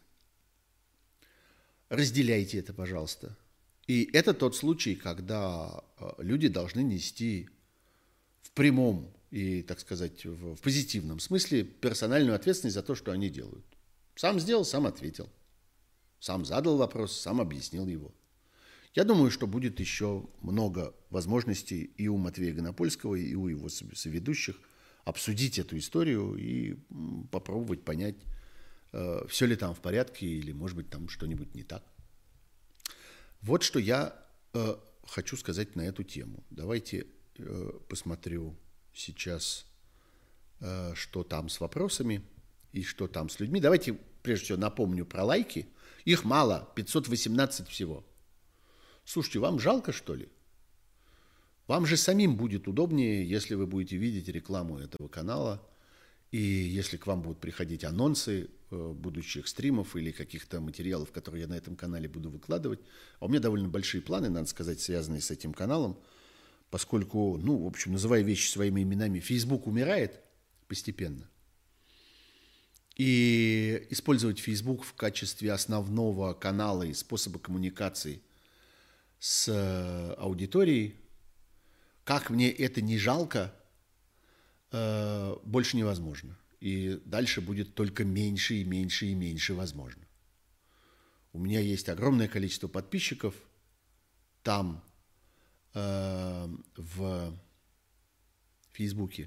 Speaker 1: Разделяйте это, пожалуйста. И это тот случай, когда э, люди должны нести в прямом и, так сказать, в, в позитивном смысле персональную ответственность за то, что они делают. Сам сделал, сам ответил. Сам задал вопрос, сам объяснил его. Я думаю, что будет еще много возможностей и у Матвея Гонопольского, и у его соведущих обсудить эту историю и попробовать понять, э, все ли там в порядке или, может быть, там что-нибудь не так. Вот что я э, хочу сказать на эту тему. Давайте э, посмотрю сейчас, э, что там с вопросами и что там с людьми. Давайте, прежде всего, напомню про лайки. Их мало, пятьсот восемнадцать всего. Слушайте, вам жалко, что ли? Вам же самим будет удобнее, если вы будете видеть рекламу этого канала, и если к вам будут приходить анонсы э, будущих стримов или каких-то материалов, которые я на этом канале буду выкладывать. А у меня довольно большие планы, надо сказать, связанные с этим каналом, поскольку, ну, в общем, называя вещи своими именами, Facebook умирает постепенно. И использовать Facebook в качестве основного канала и способа коммуникации с аудиторией, как мне это не жалко, больше невозможно. И дальше будет только меньше и меньше и меньше возможно. У меня есть огромное количество подписчиков там, в Фейсбуке.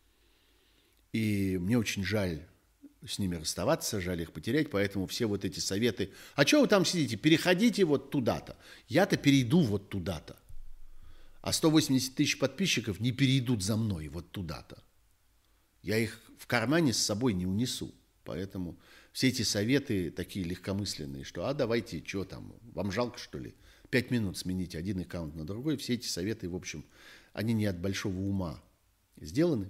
Speaker 1: И мне очень жаль с ними расставаться, жаль их потерять, поэтому все вот эти советы. А что вы там сидите? Переходите вот туда-то. Я-то перейду вот туда-то. А сто восемьдесят тысяч подписчиков не перейдут за мной вот туда-то. Я их в кармане с собой не унесу. Поэтому все эти советы такие легкомысленные, что а давайте, что там, вам жалко, что ли? Пять минут сменить один аккаунт на другой. Все эти советы, в общем, они не от большого ума сделаны.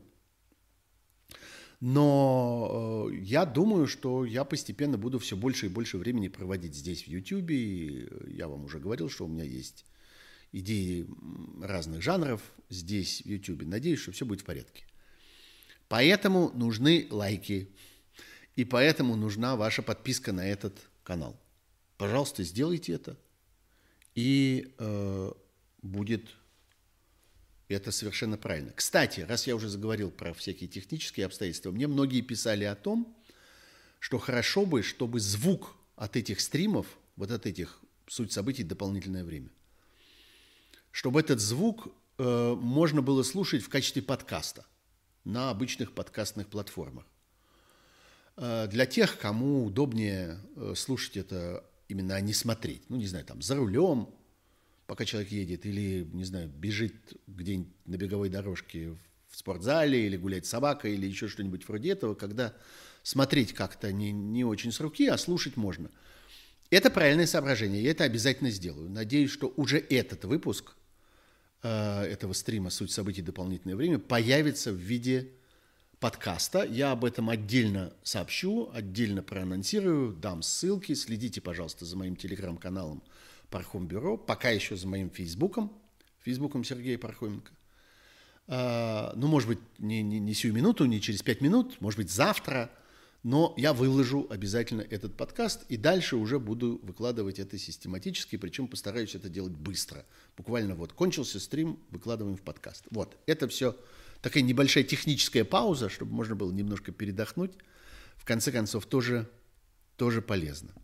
Speaker 1: Но э, я думаю, что я постепенно буду все больше и больше времени проводить здесь, в Ютьюбе. И я вам уже говорил, что у меня есть идеи разных жанров здесь, в Ютьюбе. Надеюсь, что все будет в порядке. Поэтому нужны лайки. И поэтому нужна ваша подписка на этот канал. пожалуйста, сделайте это. И э, будет это совершенно правильно. Кстати, раз я уже заговорил про всякие технические обстоятельства, мне многие писали о том, что хорошо бы, чтобы звук от этих стримов, вот от этих «Суть событий. Дополнительное время», чтобы этот звук э, можно было слушать в качестве подкаста на обычных подкастных платформах. Э, для тех, кому удобнее э, слушать это именно, а не смотреть. Ну, не знаю, там, за рулем, пока человек едет, или, не знаю, бежит где-нибудь на беговой дорожке в спортзале, или гуляет с собакой, или еще что-нибудь вроде этого, когда смотреть как-то не, не очень с руки, а слушать можно. Это правильное соображение, я это обязательно сделаю. Надеюсь, что уже этот выпуск э, этого стрима «Суть событий. Дополнительное время» появится в виде подкаста. Я об этом отдельно сообщу, отдельно проанонсирую, дам ссылки. Следите, пожалуйста, за моим телеграм-каналом Пархом Бюро, пока еще за моим фейсбуком, фейсбуком Сергея Пархоменко. А, ну, может быть, не, не, не сию минуту, не через пять минут, может быть, завтра, но я выложу обязательно этот подкаст и дальше уже буду выкладывать это систематически, причем постараюсь это делать быстро. Буквально вот кончился стрим, выкладываем в подкаст. Вот, это все такая небольшая техническая пауза, чтобы можно было немножко передохнуть. В конце концов, тоже, тоже полезно.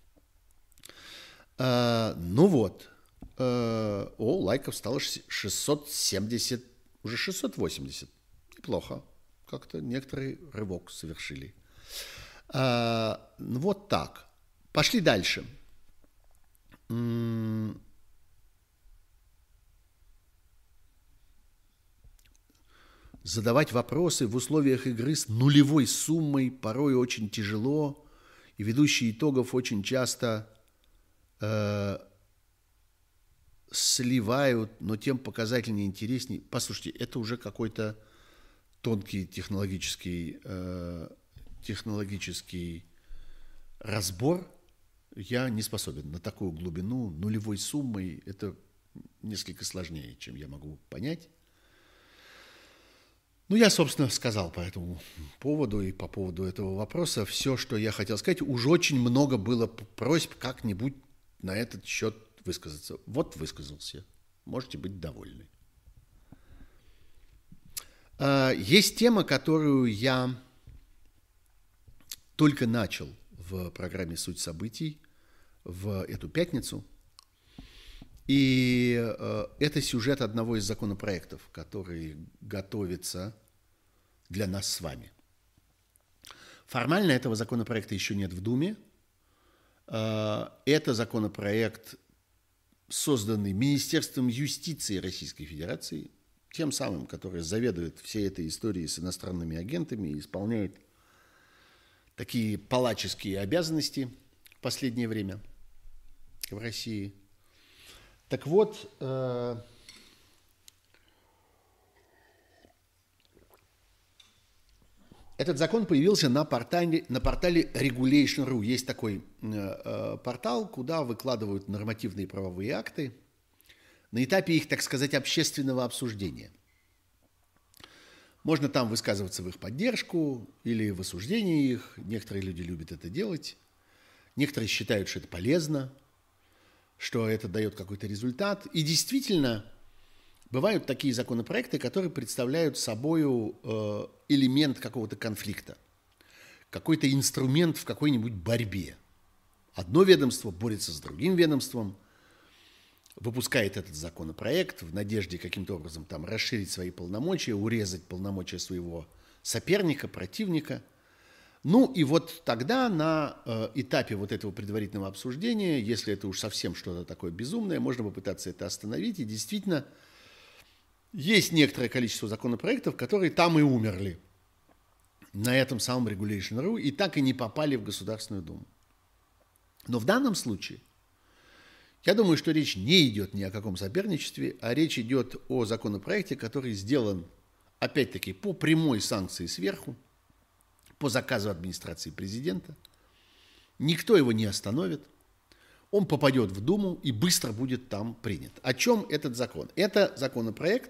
Speaker 1: Uh, ну вот, uh, о, лайков стало шестьсот семьдесят, уже шестьсот восемьдесят. Неплохо, как-то некоторый рывок совершили. Uh, ну вот так. Пошли дальше. Mm. Задавать вопросы в условиях игры с нулевой суммой порой очень тяжело, и ведущие итогов очень часто сливают, но тем показательнее интереснее. Послушайте, это уже какой-то тонкий технологический, э, технологический разбор. Я не способен на такую глубину нулевой суммой. Это несколько сложнее, чем я могу понять. Ну, я, собственно, сказал по этому поводу и по поводу этого вопроса все, что я хотел сказать. Уже очень много было просьб как-нибудь на этот счет высказаться. Вот высказался. Можете быть довольны. Есть тема, которую я только начал в программе «Суть событий» в эту пятницу. И это сюжет одного из законопроектов, который готовится для нас с вами. Формально этого законопроекта еще нет в Думе. Это законопроект, созданный Министерством юстиции Российской Федерации, тем самым, которое заведует всей этой историей с иностранными агентами и исполняет такие палаческие обязанности в последнее время в России. Так вот, этот закон появился на портале, на портале Regulation точка ру. Есть такой э, портал, куда выкладывают нормативные правовые акты на этапе их, так сказать, общественного обсуждения. Можно там высказываться в их поддержку или в осуждении их. Некоторые люди любят это делать. Некоторые считают, что это полезно, что это дает какой-то результат. И действительно, бывают такие законопроекты, которые представляют собою э, элемент какого-то конфликта, какой-то инструмент в какой-нибудь борьбе. Одно ведомство борется с другим ведомством, выпускает этот законопроект в надежде каким-то образом там расширить свои полномочия, урезать полномочия своего соперника, противника. Ну и вот тогда на э, этапе вот этого предварительного обсуждения, если это уж совсем что-то такое безумное, можно попытаться это остановить. И действительно, есть некоторое количество законопроектов, которые там и умерли на этом самом Regulation точка ру и так и не попали в Государственную Думу. Но в данном случае, я думаю, что речь не идет ни о каком соперничестве, а речь идет о законопроекте, который сделан, опять-таки, по прямой санкции сверху, по заказу администрации президента. Никто его не остановит. Он попадет в Думу и быстро будет там принят. О чем этот закон? Это законопроект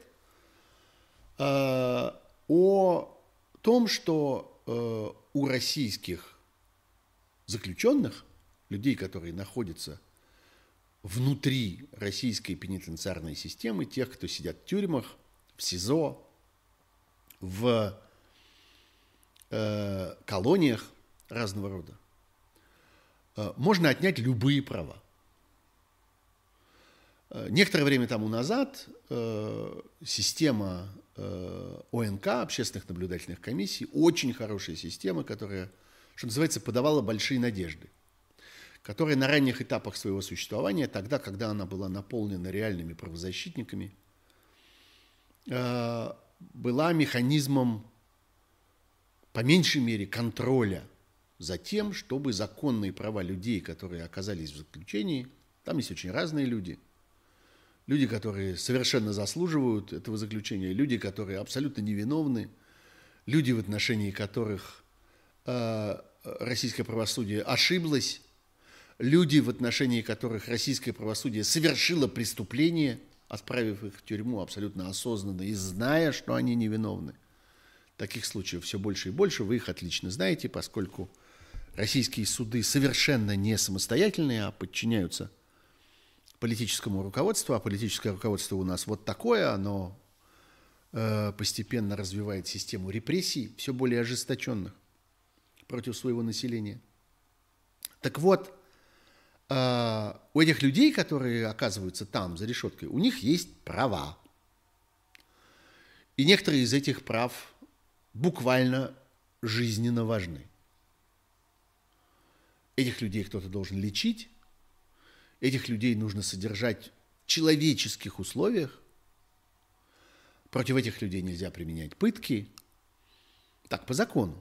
Speaker 1: э, о том, что э, у российских заключенных людей, которые находятся внутри российской пенитенциарной системы, тех, кто сидят в тюрьмах, в СИЗО, в э, колониях разного рода, э, можно отнять любые права. Э, некоторое время тому назад э, система э, О Н К, общественных наблюдательных комиссий, очень хорошая система, которая, что называется, подавала большие надежды, которая на ранних этапах своего существования, тогда, когда она была наполнена реальными правозащитниками, э, была механизмом, по меньшей мере, контроля за тем, чтобы законные права людей, которые оказались в заключении, там есть очень разные люди, люди, которые совершенно заслуживают этого заключения, люди, которые абсолютно невиновны, люди, в отношении которых э, российское правосудие ошиблось, люди, в отношении которых российское правосудие совершило преступление, отправив их в тюрьму абсолютно осознанно и зная, что они невиновны. Таких случаев все больше и больше, вы их отлично знаете, поскольку российские суды совершенно не самостоятельные, а подчиняются политическому руководству, а политическое руководство у нас вот такое, оно э, постепенно развивает систему репрессий, все более ожесточенных против своего населения. Так вот, у этих людей, которые оказываются там, за решеткой, у них есть права. И некоторые из этих прав буквально жизненно важны. Этих людей кто-то должен лечить, этих людей нужно содержать в человеческих условиях, против этих людей нельзя применять пытки, так по закону.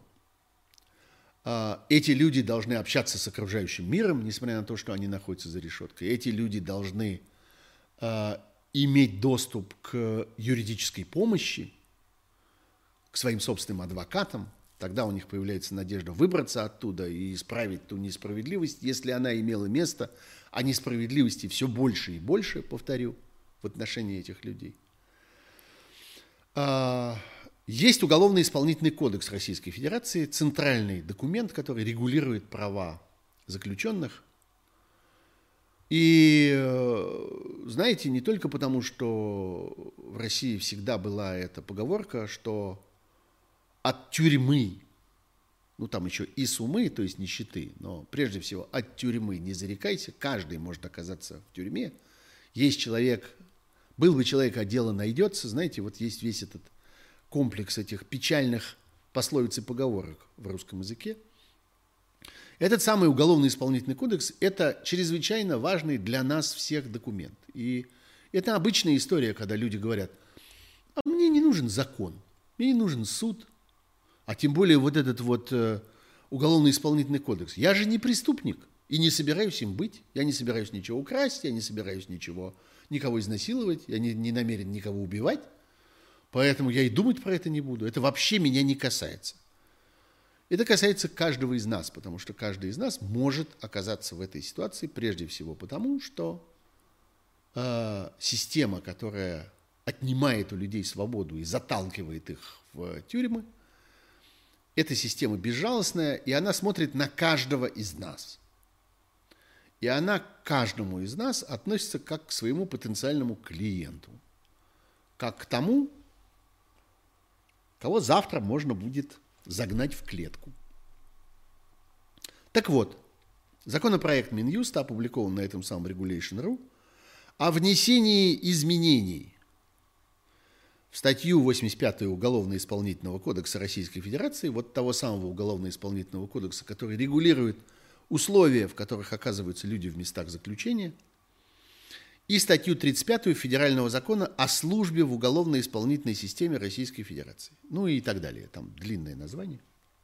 Speaker 1: Эти люди должны общаться с окружающим миром, несмотря на то, что они находятся за решеткой. Эти люди должны э, иметь доступ к юридической помощи, к своим собственным адвокатам. Тогда у них появляется надежда выбраться оттуда и исправить ту несправедливость, если она имела место, а несправедливости все больше и больше, повторю, в отношении этих людей. А, Есть Уголовно-исполнительный кодекс Российской Федерации, центральный документ, который регулирует права заключенных. И, знаете, не только потому, что в России всегда была эта поговорка, что от тюрьмы, ну там еще и сумы, то есть нищеты, но прежде всего от тюрьмы не зарекайся, каждый может оказаться в тюрьме. Есть человек, был бы человек, а дело найдется, знаете, вот есть весь этот комплекс этих печальных пословиц и поговорок в русском языке. Этот самый Уголовно-исполнительный кодекс – это чрезвычайно важный для нас всех документ. И это обычная история, когда люди говорят: а мне не нужен закон, мне не нужен суд, а тем более вот этот вот э, Уголовно-исполнительный кодекс. Я же не преступник и не собираюсь им быть, я не собираюсь ничего украсть, я не собираюсь ничего, никого изнасиловать, я не, не намерен никого убивать. Поэтому я и думать про это не буду. Это вообще меня не касается. Это касается каждого из нас, потому что каждый из нас может оказаться в этой ситуации прежде всего потому, что э, система, которая отнимает у людей свободу и заталкивает их в тюрьмы, эта система безжалостная, и она смотрит на каждого из нас. И она к каждому из нас относится как к своему потенциальному клиенту, как к тому, кого завтра можно будет загнать в клетку. Так вот, законопроект Минюста опубликован на этом самом Regulation точка ру о внесении изменений в статью восемьдесят пятую Уголовно-исполнительного кодекса Российской Федерации, вот того самого Уголовно-исполнительного кодекса, который регулирует условия, в которых оказываются люди в местах заключения, и статью тридцать пятую Федерального закона о службе в уголовно-исполнительной системе Российской Федерации. Ну и так далее. Там длинное название.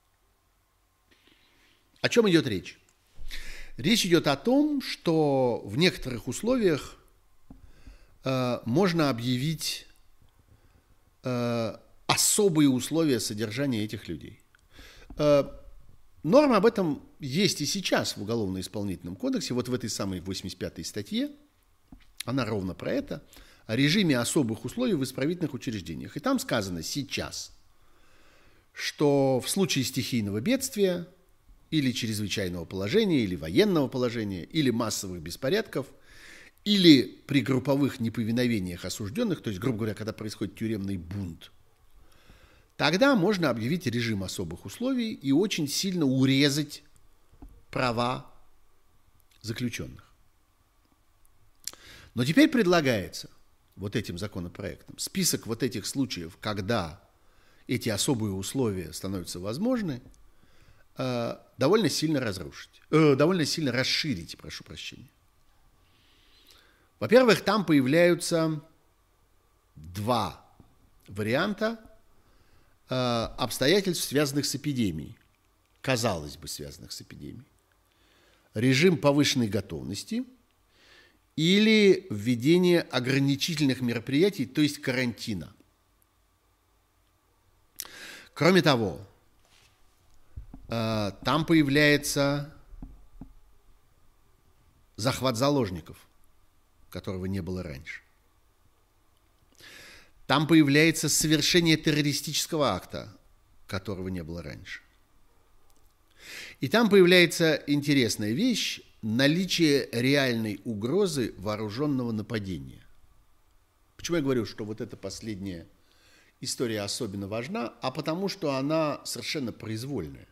Speaker 1: О чем идет речь? Речь идет о том, что в некоторых условиях э, можно объявить э, особые условия содержания этих людей. Э, норма об этом есть и сейчас в Уголовно-исполнительном кодексе, вот в этой самой восемьдесят пятой статье. Она ровно про это, о режиме особых условий в исправительных учреждениях. И там сказано сейчас, что в случае стихийного бедствия или чрезвычайного положения, или военного положения, или массовых беспорядков, или при групповых неповиновениях осужденных, то есть, грубо говоря, когда происходит тюремный бунт, тогда можно объявить режим особых условий и очень сильно урезать права заключенных. Но теперь предлагается вот этим законопроектом список вот этих случаев, когда эти особые условия становятся возможны, э, довольно сильно разрушить, э, довольно сильно расширить, прошу прощения. Во-первых, там появляются два варианта э, обстоятельств, связанных с эпидемией, казалось бы, связанных с эпидемией. Режим повышенной готовности или введение ограничительных мероприятий, то есть карантина. Кроме того, э, там появляется захват заложников, которого не было раньше. Там появляется совершение террористического акта, которого не было раньше. И там появляется интересная вещь – наличие реальной угрозы вооруженного нападения. Почему я говорю, что вот эта последняя история особенно важна? А потому что она совершенно произвольная.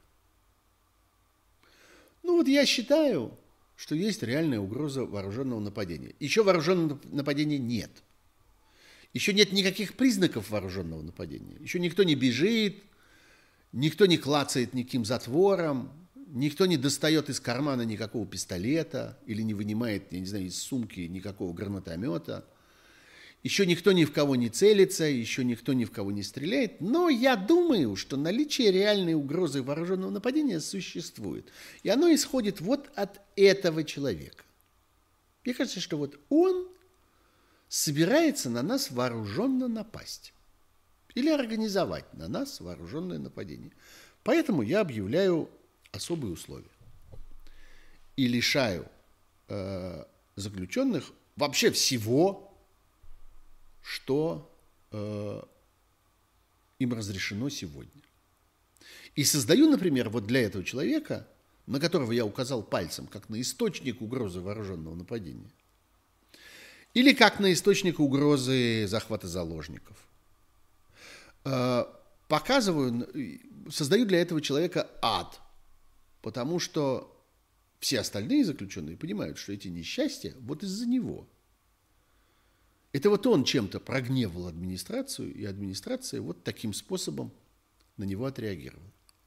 Speaker 1: Ну вот я считаю, что есть реальная угроза вооруженного нападения. Еще вооруженного нападения нет. Еще нет никаких признаков вооруженного нападения. Еще никто не бежит, никто не клацает никаким затвором, никто не достает из кармана никакого пистолета или не вынимает, я не знаю, из сумки никакого гранатомета. Еще никто ни в кого не целится, еще никто ни в кого не стреляет. Но я думаю, что наличие реальной угрозы вооруженного нападения существует. И оно исходит вот от этого человека. Мне кажется, что вот он собирается на нас вооруженно напасть. Или организовать на нас вооруженное нападение. Поэтому я объявляю особые условия. И лишаю э, заключенных вообще всего, что э, им разрешено сегодня. И создаю, например, вот для этого человека, на которого я указал пальцем, как на источник угрозы вооруженного нападения, или как на источник угрозы захвата заложников, э, показываю, создаю для этого человека ад, потому что все остальные заключенные понимают, что эти несчастья вот из-за него. Это вот он чем-то прогневал администрацию, и администрация вот таким способом на него отреагировала.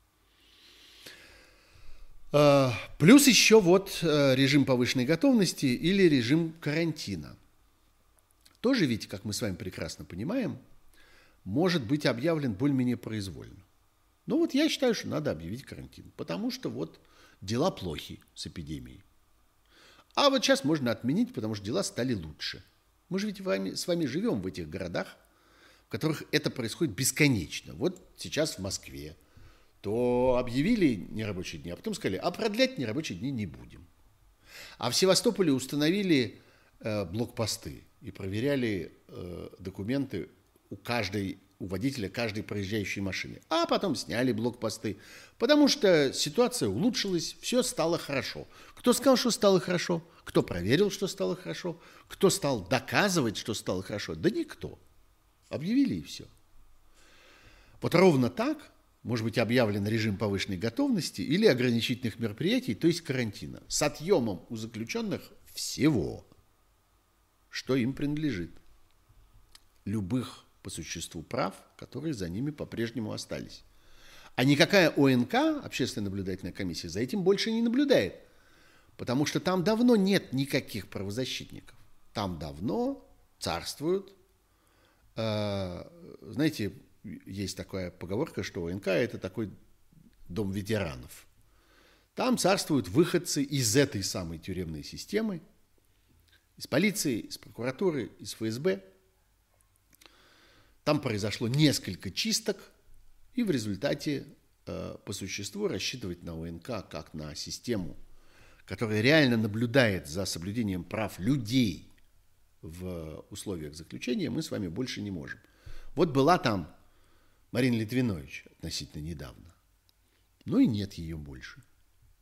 Speaker 1: Плюс еще вот режим повышенной готовности или режим карантина. Тоже ведь, как мы с вами прекрасно понимаем, может быть объявлен более-менее произвольно. Но вот я считаю, что надо объявить карантин, потому что вот дела плохи с эпидемией. А вот сейчас можно отменить, потому что дела стали лучше. Мы же ведь вами, с вами живем в этих городах, в которых это происходит бесконечно. Вот сейчас в Москве то объявили нерабочие дни, а потом сказали, а продлять нерабочие дни не будем. А в Севастополе установили э, блокпосты и проверяли э, документы у каждой, у водителя каждой проезжающей машины. А потом сняли блокпосты, потому что ситуация улучшилась, все стало хорошо. Кто сказал, что стало хорошо? Кто проверил, что стало хорошо? Кто стал доказывать, что стало хорошо? Да никто. Объявили и все. Вот ровно так может быть объявлен режим повышенной готовности или ограничительных мероприятий, то есть карантина, с отъемом у заключенных всего, что им принадлежит. Любых по существу прав, которые за ними по-прежнему остались. А никакая ОНК, Общественная наблюдательная комиссия, за этим больше не наблюдает. Потому что там давно нет никаких правозащитников. Там давно царствуют, э, знаете, есть такая поговорка, что ОНК – это такой дом ветеранов. Там царствуют выходцы из этой самой тюремной системы, из полиции, из прокуратуры, из ФСБ. Там произошло несколько чисток, и в результате э, по существу рассчитывать на ОНК как на систему, которая реально наблюдает за соблюдением прав людей в условиях заключения, мы с вами больше не можем. Вот была там Марина Литвинович относительно недавно, но и нет ее больше.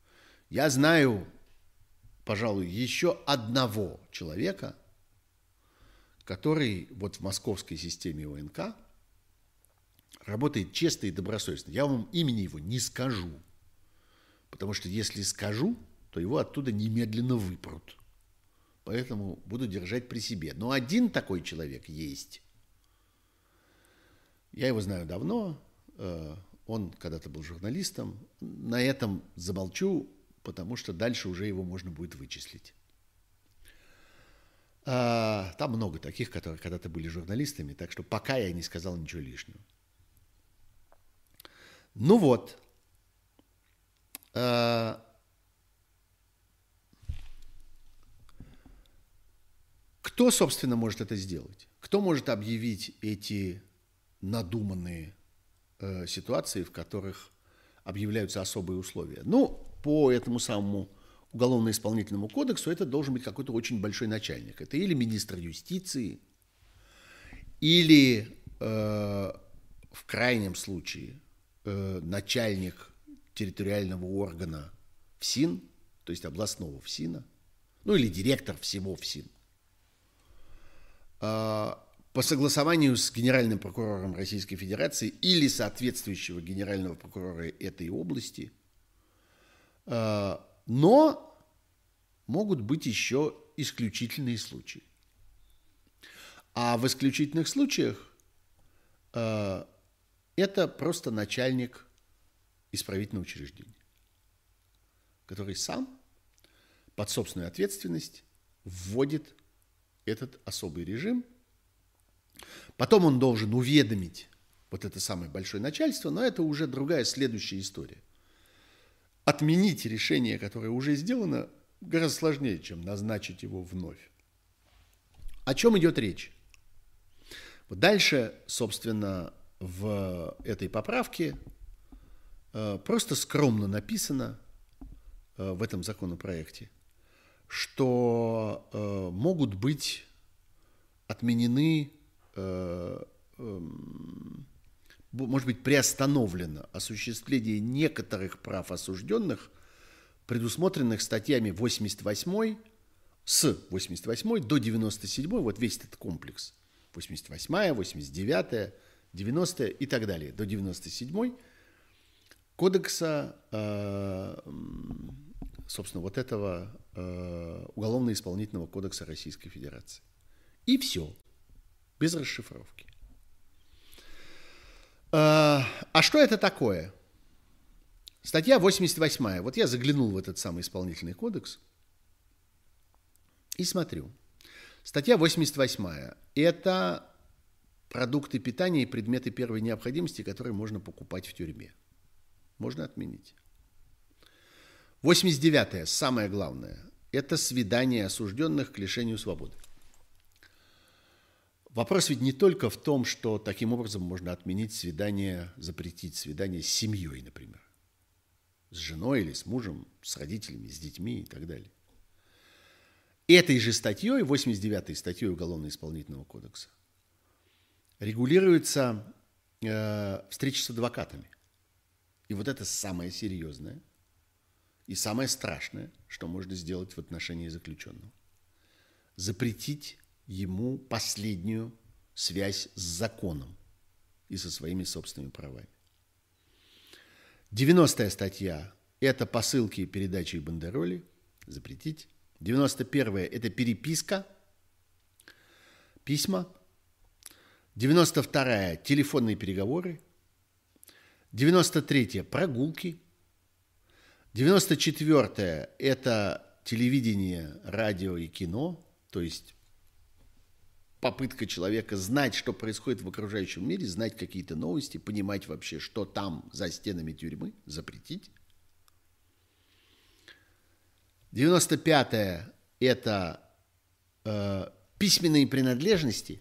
Speaker 1: Я знаю, пожалуй, еще одного человека, который вот в московской системе ОНК работает честно и добросовестно. Я вам имени его не скажу, потому что если скажу, то его оттуда немедленно выпрут. Поэтому буду держать при себе. Но один такой человек есть. Я его знаю давно. Он когда-то был журналистом. На этом замолчу, потому что дальше уже его можно будет вычислить. Там много таких, которые когда-то были журналистами, так что пока я не сказал ничего лишнего. Ну вот. Кто, собственно, может это сделать? Кто может объявить эти надуманные э, ситуации, в которых объявляются особые условия? Ну, по этому самому Уголовно-исполнительному кодексу это должен быть какой-то очень большой начальник. Это или министр юстиции, или э, в крайнем случае э, начальник территориального органа ФСИН, то есть областного ФСИНа, ну или директор всего ФСИН. По согласованию с генеральным прокурором Российской Федерации или соответствующего генерального прокурора этой области. Но могут быть еще исключительные случаи. А в исключительных случаях это просто начальник исправительного учреждения, который сам под собственную ответственность вводит этот особый режим. Потом он должен уведомить вот это самое большое начальство, но это уже другая следующая история. Отменить решение, которое уже сделано, гораздо сложнее, чем назначить его вновь. О чем идет речь? Вот дальше, собственно, в этой поправке просто скромно написано в этом законопроекте, что э, могут быть отменены, э, э, может быть, приостановлено осуществление некоторых прав осужденных, предусмотренных статьями восемьдесят восьмой, с восемьдесят восьмой до девяносто седьмой, вот весь этот комплекс, восемьдесят восьмая, восемьдесят девятая, девяностая и так далее, до девяносто седьмой кодекса, э, собственно, вот этого э, Уголовно-исполнительного кодекса Российской Федерации. И все. Без расшифровки. Э, а что это такое? Статья восемьдесят восьмая. Вот я заглянул в этот самый исполнительный кодекс и смотрю. Статья восемьдесят восьмая. Это продукты питания и предметы первой необходимости, которые можно покупать в тюрьме. Можно отменить. восемьдесят девятая, самое главное, это свидание осужденных к лишению свободы. Вопрос ведь не только в том, что таким образом можно отменить свидание, запретить свидание с семьей, например. С женой или с мужем, с родителями, с детьми и так далее. Этой же статьей, восемьдесят девятой статьей Уголовно-исполнительного кодекса, регулируется э, встреча с адвокатами. И вот это самое серьезное и самое страшное, что можно сделать в отношении заключенного. Запретить ему последнюю связь с законом и со своими собственными правами. девяностая статья – это посылки, передачи и бандероли. Запретить. девяносто первая – это переписка, письма. девяносто вторая – телефонные переговоры. девяносто третья – прогулки. девяносто четвёртая – это телевидение, радио и кино, то есть попытка человека знать, что происходит в окружающем мире, знать какие-то новости, понимать вообще, что там за стенами тюрьмы, запретить. девяносто пятая – это э, письменные принадлежности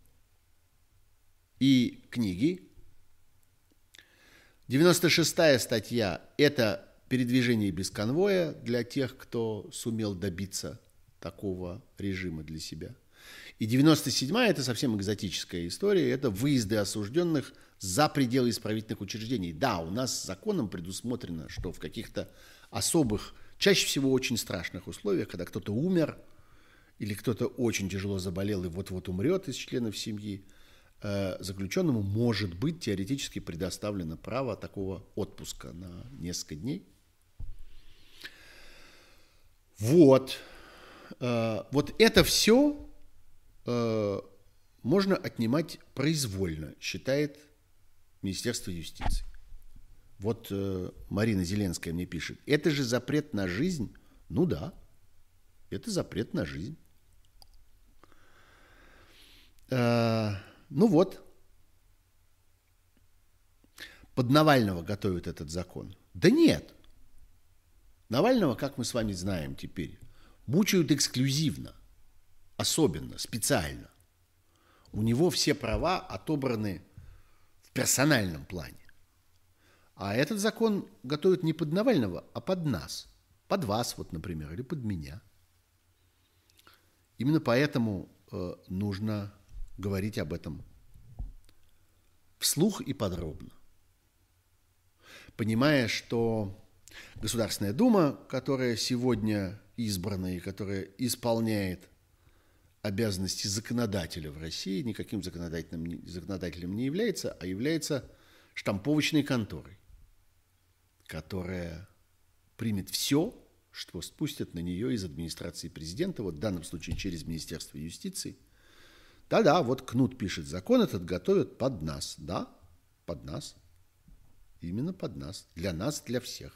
Speaker 1: и книги. девяносто шестая статья – это передвижение без конвоя для тех, кто сумел добиться такого режима для себя. И девяносто седьмая – это совсем экзотическая история, это выезды осужденных за пределы исправительных учреждений. Да, у нас законом предусмотрено, что в каких-то особых чаще всего очень страшных условиях, когда кто-то умер или кто-то очень тяжело заболел и вот-вот умрет из членов семьи, заключенному может быть теоретически предоставлено право такого отпуска на несколько дней. Вот. Вот это все можно отнимать произвольно, считает Министерство юстиции. Вот Марина Зеленская мне пишет, это же запрет на жизнь. Ну да, это запрет на жизнь. Ну вот, под Навального готовят этот закон. Да нет. Навального, как мы с вами знаем теперь, мучают эксклюзивно, особенно, специально. У него все права отобраны в персональном плане. А этот закон готовят не под Навального, а под нас. Под вас, вот, например, или под меня. Именно поэтому э, нужно говорить об этом вслух и подробно. Понимая, что Государственная Дума, которая сегодня избрана и которая исполняет обязанности законодателя в России, никаким законодателем, законодателем не является, а является штамповочной конторой, которая примет все, что спустят на нее из администрации президента, вот в данном случае через Министерство юстиции. Да-да, вот Кнут пишет, закон этот готовят под нас. Да, под нас. Именно под нас. Для нас, для всех.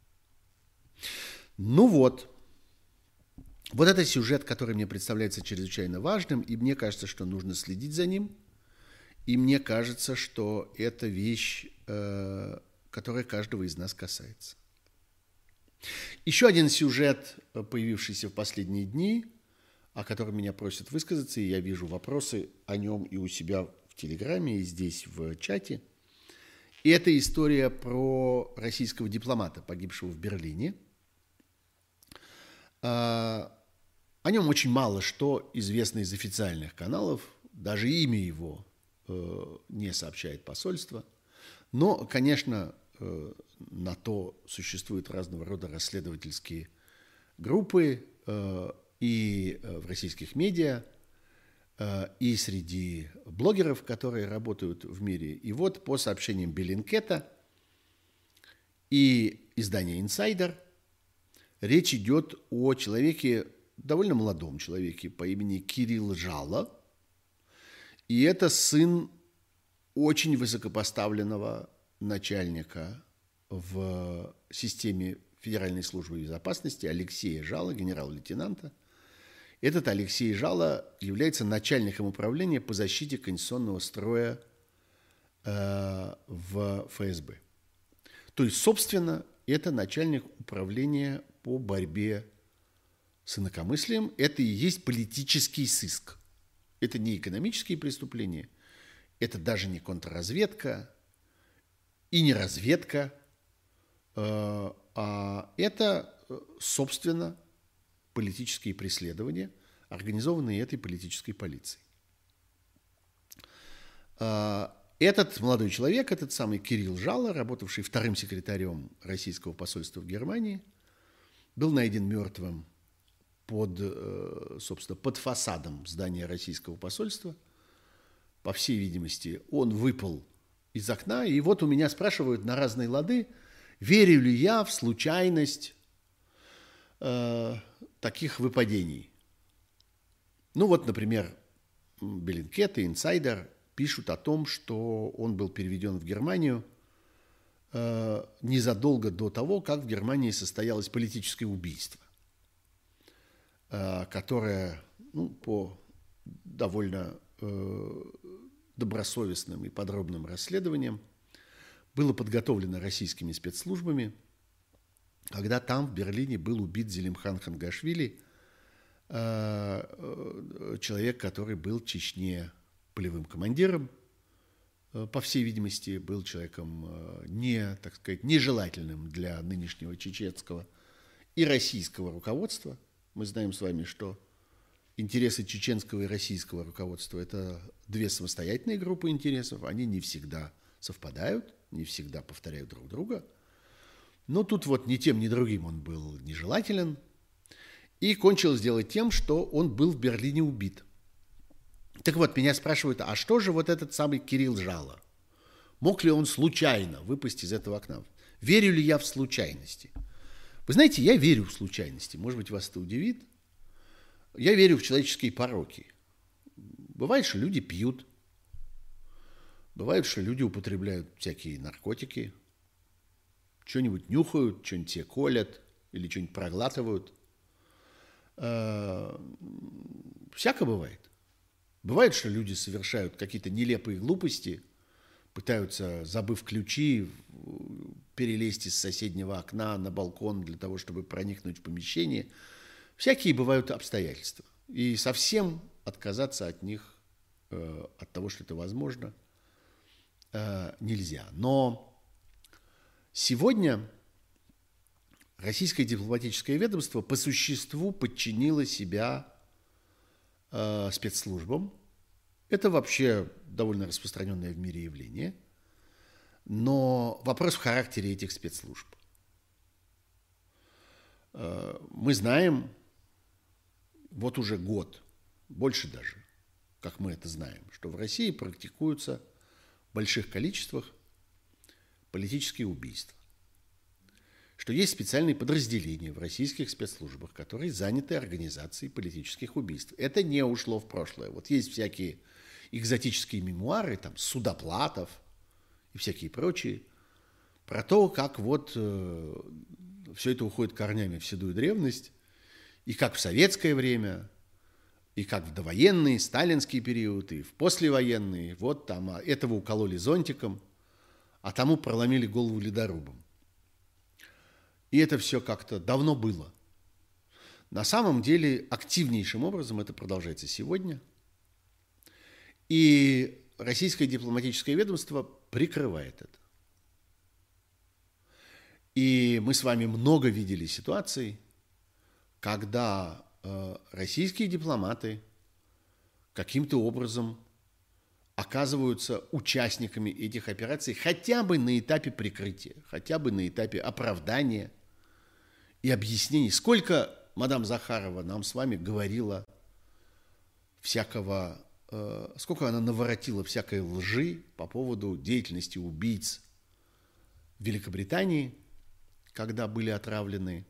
Speaker 1: Ну вот. Вот это сюжет, который мне представляется чрезвычайно важным, и мне кажется, что нужно следить за ним. И мне кажется, что это вещь, э, которая каждого из нас касается. Еще один сюжет, появившийся в последние дни, о котором меня просят высказаться, и я вижу вопросы о нем и у себя в Телеграме, и здесь в чате. И это история про российского дипломата, погибшего в Берлине. О нем очень мало что известно из официальных каналов, даже имя его не сообщает посольство. Но, конечно, на то существуют разного рода расследовательские группы, и в российских медиа, и среди блогеров, которые работают в мире. И вот по сообщениям Bellingcat и издания «Инсайдер» речь идет о человеке, довольно молодом человеке по имени Кирилл Жало. И это сын очень высокопоставленного начальника в системе Федеральной службы безопасности Алексея Жало, генерал-лейтенанта. Этот Алексей Жало является начальником управления по защите конституционного строя э, в эф эс бэ. То есть, собственно, это начальник управления по борьбе с инакомыслием. Это и есть политический сыск. Это не экономические преступления, это даже не контрразведка и не разведка, э, а это, собственно, политические преследования, организованные этой политической полицией. Этот молодой человек, этот самый Кирилл Жало, работавший вторым секретарем российского посольства в Германии, был найден мертвым под, собственно, под фасадом здания российского посольства. По всей видимости, он выпал из окна. И вот у меня спрашивают на разные лады, верю ли я в случайность э, таких выпадений. Ну вот, например, Bellingcat и Insider пишут о том, что он был переведен в Германию э, незадолго до того, как в Германии состоялось политическое убийство, э, которое, ну, по довольно э, добросовестным и подробным расследованиям было подготовлено российскими спецслужбами, когда там, в Берлине, был убит Зелимхан Хангашвили, человек, который был в Чечне полевым командиром, по всей видимости, был человеком не, так сказать, нежелательным для нынешнего чеченского и российского руководства. Мы знаем с вами, что интересы чеченского и российского руководства – это две самостоятельные группы интересов, они не всегда совпадают, не всегда повторяют друг друга. Но тут вот ни тем, ни другим он был нежелателен. И кончилось дело тем, что он был в Берлине убит. Так вот, меня спрашивают, а что же вот этот самый Кирилл Жало? Мог ли он случайно выпасть из этого окна? Верю ли я в случайности? Вы знаете, я верю в случайности. Может быть, вас это удивит. Я верю в человеческие пороки. Бывает, что люди пьют. Бывает, что люди употребляют всякие наркотики. Что-нибудь нюхают, что-нибудь себе колят или что-нибудь проглатывают. Всяко бывает. Бывает, что люди совершают какие-то нелепые глупости, пытаются, забыв ключи, перелезть из соседнего окна на балкон для того, чтобы проникнуть в помещение. Всякие бывают обстоятельства. И совсем отказаться от них, от того, что это возможно, нельзя. Но сегодня российское дипломатическое ведомство по существу подчинило себя спецслужбам. Это вообще довольно распространенное в мире явление. Но вопрос в характере этих спецслужб. Мы знаем, вот уже год, больше даже, как мы это знаем, что в России практикуются в больших количествах политические убийства. Что есть специальные подразделения в российских спецслужбах, которые заняты организацией политических убийств. Это не ушло в прошлое. Вот есть всякие экзотические мемуары, там, Судоплатов и всякие прочие, про то, как вот э, все это уходит корнями в седую древность, и как в советское время, и как в довоенный, сталинский период, и в послевоенный. Вот там а этого укололи зонтиком, а тому проломили голову ледорубом. И это все как-то давно было. На самом деле активнейшим образом это продолжается сегодня. И российское дипломатическое ведомство прикрывает это. И мы с вами много видели ситуаций, когда э, российские дипломаты каким-то образом оказываются участниками этих операций хотя бы на этапе прикрытия, хотя бы на этапе оправдания и объяснений. Сколько мадам Захарова нам с вами говорила всякого, э, сколько она наворотила всякой лжи по поводу деятельности убийц в Великобритании, когда были отравлены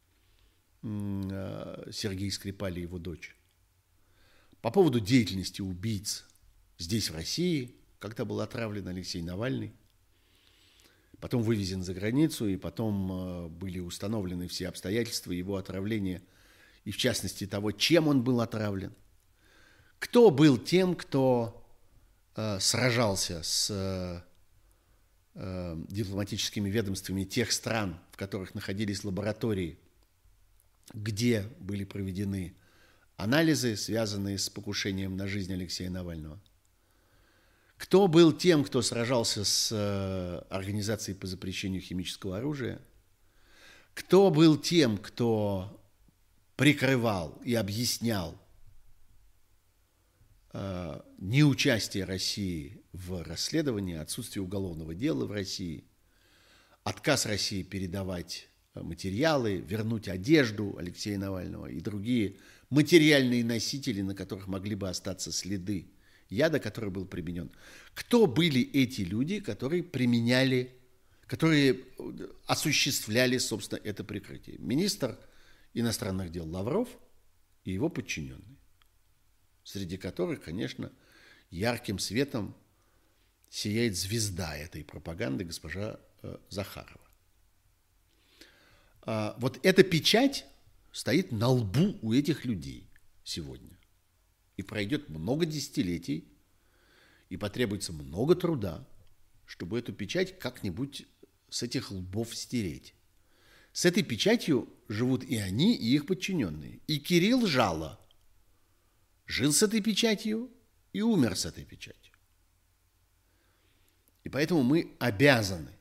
Speaker 1: э, Сергей Скрипаль и его дочь. По поводу деятельности убийц здесь, в России, когда был отравлен Алексей Навальный, потом вывезен за границу, и потом э, были установлены все обстоятельства его отравления, и в частности того, чем он был отравлен. Кто был тем, кто э, сражался с э, э, дипломатическими ведомствами тех стран, в которых находились лаборатории, где были проведены анализы, связанные с покушением на жизнь Алексея Навального? Кто был тем, кто сражался с э, Организацией по запрещению химического оружия? Кто был тем, кто прикрывал и объяснял э, неучастие России в расследовании, отсутствие уголовного дела в России, отказ России передавать материалы, вернуть одежду Алексея Навального и другие материальные носители, на которых могли бы остаться следы яда, который был применен. Кто были эти люди, которые применяли, которые осуществляли, собственно, это прикрытие? Министр иностранных дел Лавров и его подчиненные, среди которых, конечно, ярким светом сияет звезда этой пропаганды, госпожа э, Захарова. А, вот эта печать стоит на лбу у этих людей сегодня. И пройдет много десятилетий, и потребуется много труда, чтобы эту печать как-нибудь с этих лбов стереть. С этой печатью живут и они, и их подчиненные. И Кирилл Жало жил с этой печатью и умер с этой печатью. И поэтому мы обязаны,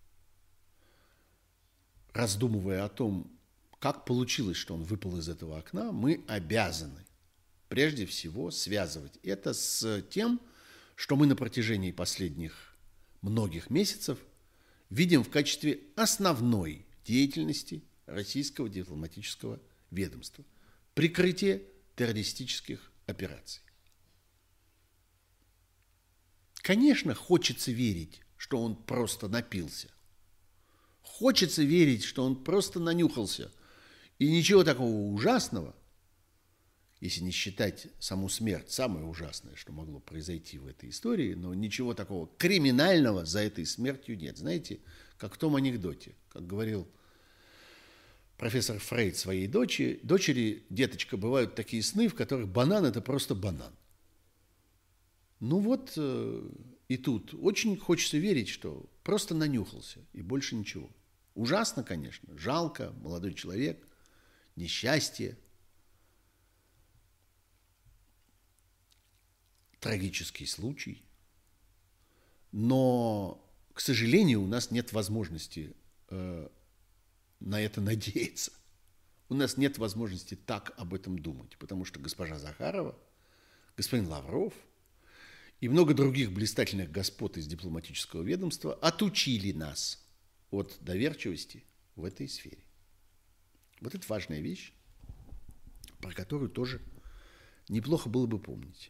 Speaker 1: раздумывая о том, как получилось, что он выпал из этого окна, мы обязаны прежде всего связывать это с тем, что мы на протяжении последних многих месяцев видим в качестве основной деятельности российского дипломатического ведомства. Прикрытие террористических операций. Конечно, хочется верить, что он просто напился. Хочется верить, что он просто нанюхался. И ничего такого ужасного, если не считать саму смерть, самое ужасное, что могло произойти в этой истории, но ничего такого криминального за этой смертью нет. Знаете, как в том анекдоте, как говорил профессор Фрейд своей дочери, дочери, деточка, бывают такие сны, в которых банан – это просто банан. Ну вот э, и тут очень хочется верить, что просто нанюхался и больше ничего. Ужасно, конечно, жалко, молодой человек, несчастье, трагический случай. Но, к сожалению, у нас нет возможности э, на это надеяться. У нас нет возможности так об этом думать, потому что госпожа Захарова, господин Лавров и много других блистательных господ из дипломатического ведомства отучили нас от доверчивости в этой сфере. Вот это важная вещь, про которую тоже неплохо было бы помнить.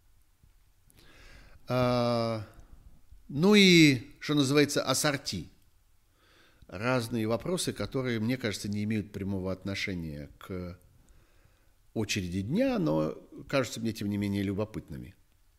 Speaker 1: А, ну и, что называется, ассорти. Разные вопросы, которые, мне кажется, не имеют прямого отношения к очереди дня, но кажутся мне, тем не менее, любопытными.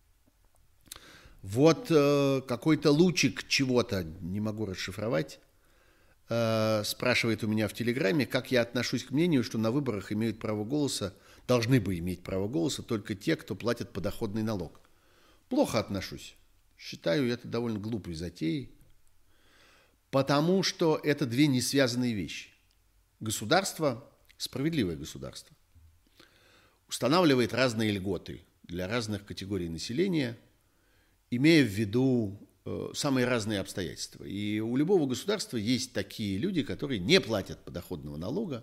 Speaker 1: Вот э, какой-то лучик чего-то, не могу расшифровать, э, спрашивает у меня в Телеграме, как я отношусь к мнению, что на выборах имеют право голоса, должны бы иметь право голоса только те, кто платит подоходный налог. Плохо отношусь. Считаю это довольно глупой затеей, потому что это две несвязанные вещи. Государство, справедливое государство, устанавливает разные льготы для разных категорий населения, имея в виду э, самые разные обстоятельства. И у любого государства есть такие люди, которые не платят подоходного налога,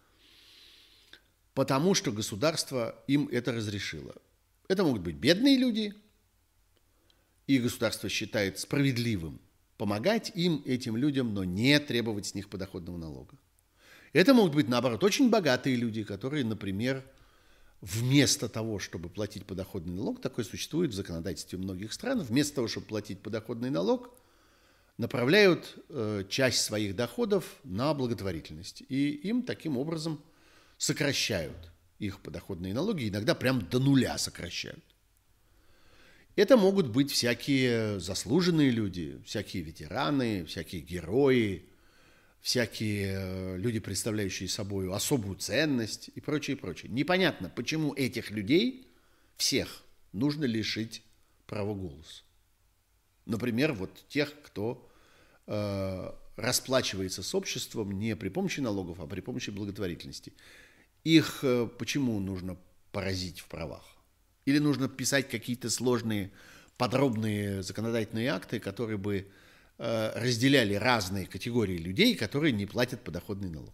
Speaker 1: потому что государство им это разрешило. Это могут быть бедные люди, и государство считает справедливым помогать им, этим людям, но не требовать с них подоходного налога. Это могут быть, наоборот, очень богатые люди, которые, например, вместо того, чтобы платить подоходный налог, такое существует в законодательстве многих стран, вместо того, чтобы платить подоходный налог, направляют э, часть своих доходов на благотворительность. И им таким образом сокращают их подоходные налоги, иногда прям до нуля сокращают. Это могут быть всякие заслуженные люди, всякие ветераны, всякие герои, всякие люди, представляющие собой особую ценность и прочее, прочее. Непонятно, почему этих людей всех нужно лишить права голоса. Например, вот тех, кто э, расплачивается с обществом не при помощи налогов, а при помощи благотворительности. Их э, почему нужно поразить в правах? Или нужно писать какие-то сложные, подробные законодательные акты, которые бы э, разделяли разные категории людей, которые не платят подоходный налог.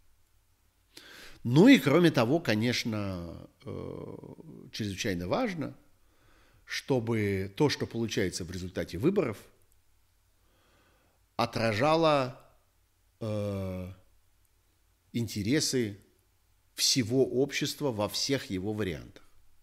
Speaker 1: Ну и кроме того, конечно, э, чрезвычайно важно, чтобы то, что получается в результате выборов, отражало э, интересы всего общества во всех его вариантах.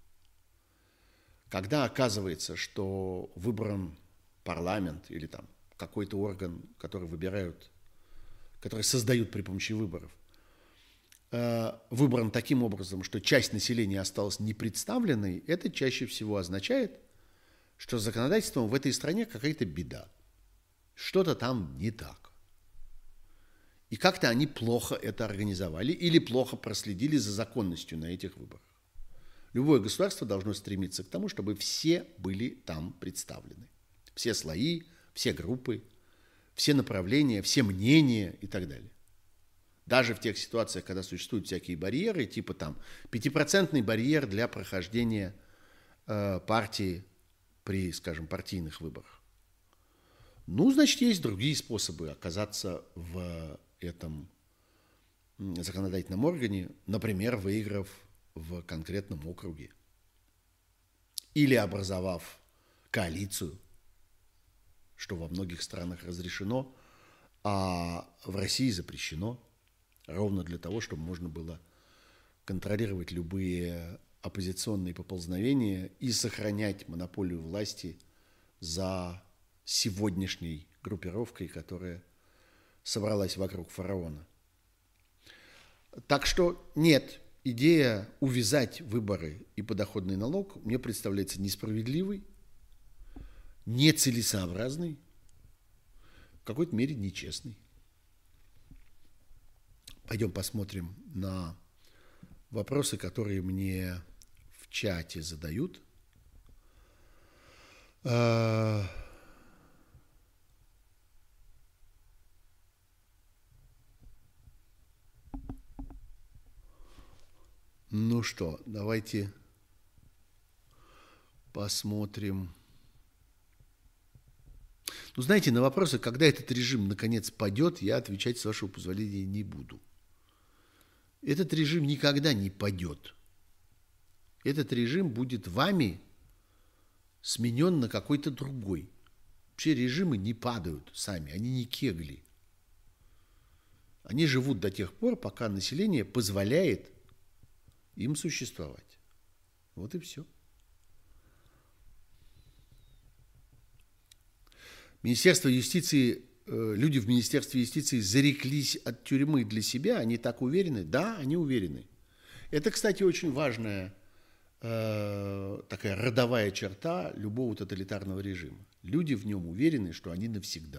Speaker 1: Когда оказывается, что выбран парламент или там какой-то орган, который выбирают, который создают при помощи выборов, э, выбран таким образом, что часть населения осталась непредставленной, это чаще всего означает, что с законодательством в этой стране какая-то беда. Что-то там не так. И как-то они плохо это организовали или плохо проследили за законностью на этих выборах. Любое государство должно стремиться к тому, чтобы все были там представлены. Все слои, все группы, все направления, все мнения и так далее. Даже в тех ситуациях, когда существуют всякие барьеры, типа там пятипроцентный барьер для прохождения э, партии при, скажем, партийных выборах. Ну, значит, есть другие способы оказаться в этом законодательном органе, например, выиграв в конкретном округе или образовав коалицию, что во многих странах разрешено, а в России запрещено, ровно для того, чтобы можно было контролировать любые оппозиционные поползновения и сохранять монополию власти за сегодняшней группировкой, которая собралась вокруг фараона. Так что нет, идея увязать выборы и подоходный налог мне представляется несправедливой, нецелесообразной, в какой-то мере нечестной. Пойдем посмотрим на вопросы, которые мне в чате задают. Ну что, давайте посмотрим. Ну, знаете, на вопросы, когда этот режим наконец падет, я отвечать, с вашего позволения, не буду. Этот режим никогда не падет. Этот режим будет вами сменен на какой-то другой. Вообще режимы не падают сами, они не кегли. Они живут до тех пор, пока население позволяет им существовать. Вот и все. Министерство юстиции, люди в Министерстве юстиции зареклись от тюрьмы для себя, они так уверены? Да, они уверены. Это, кстати, очень важная э, такая родовая черта любого тоталитарного режима. Люди в нем уверены, что они навсегда.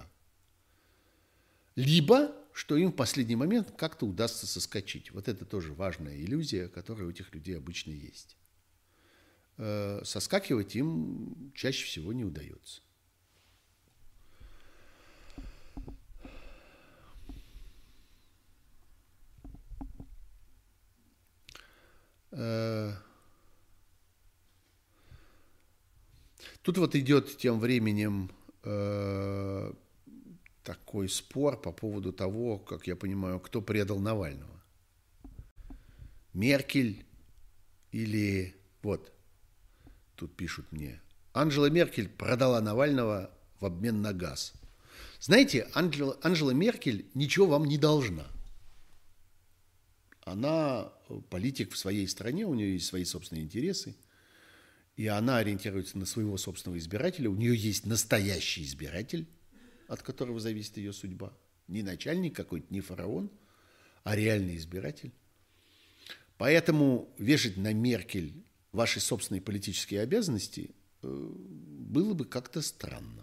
Speaker 1: Либо, что им в последний момент как-то удастся соскочить. Вот это тоже важная иллюзия, которая у этих людей обычно есть. Э, соскакивать им чаще всего не удается. Тут вот идет тем временем э, такой спор по поводу того, как я понимаю, кто предал Навального. Меркель или... Вот, тут пишут мне. Анджела Меркель продала Навального в обмен на газ. Знаете, Анджела, Анджела Меркель ничего вам не должна. Она политик в своей стране, у нее есть свои собственные интересы, и она ориентируется на своего собственного избирателя. У нее есть настоящий избиратель, от которого зависит ее судьба. Не начальник какой-то, не фараон, а реальный избиратель. Поэтому вешать на Меркель ваши собственные политические обязанности было бы как-то странно.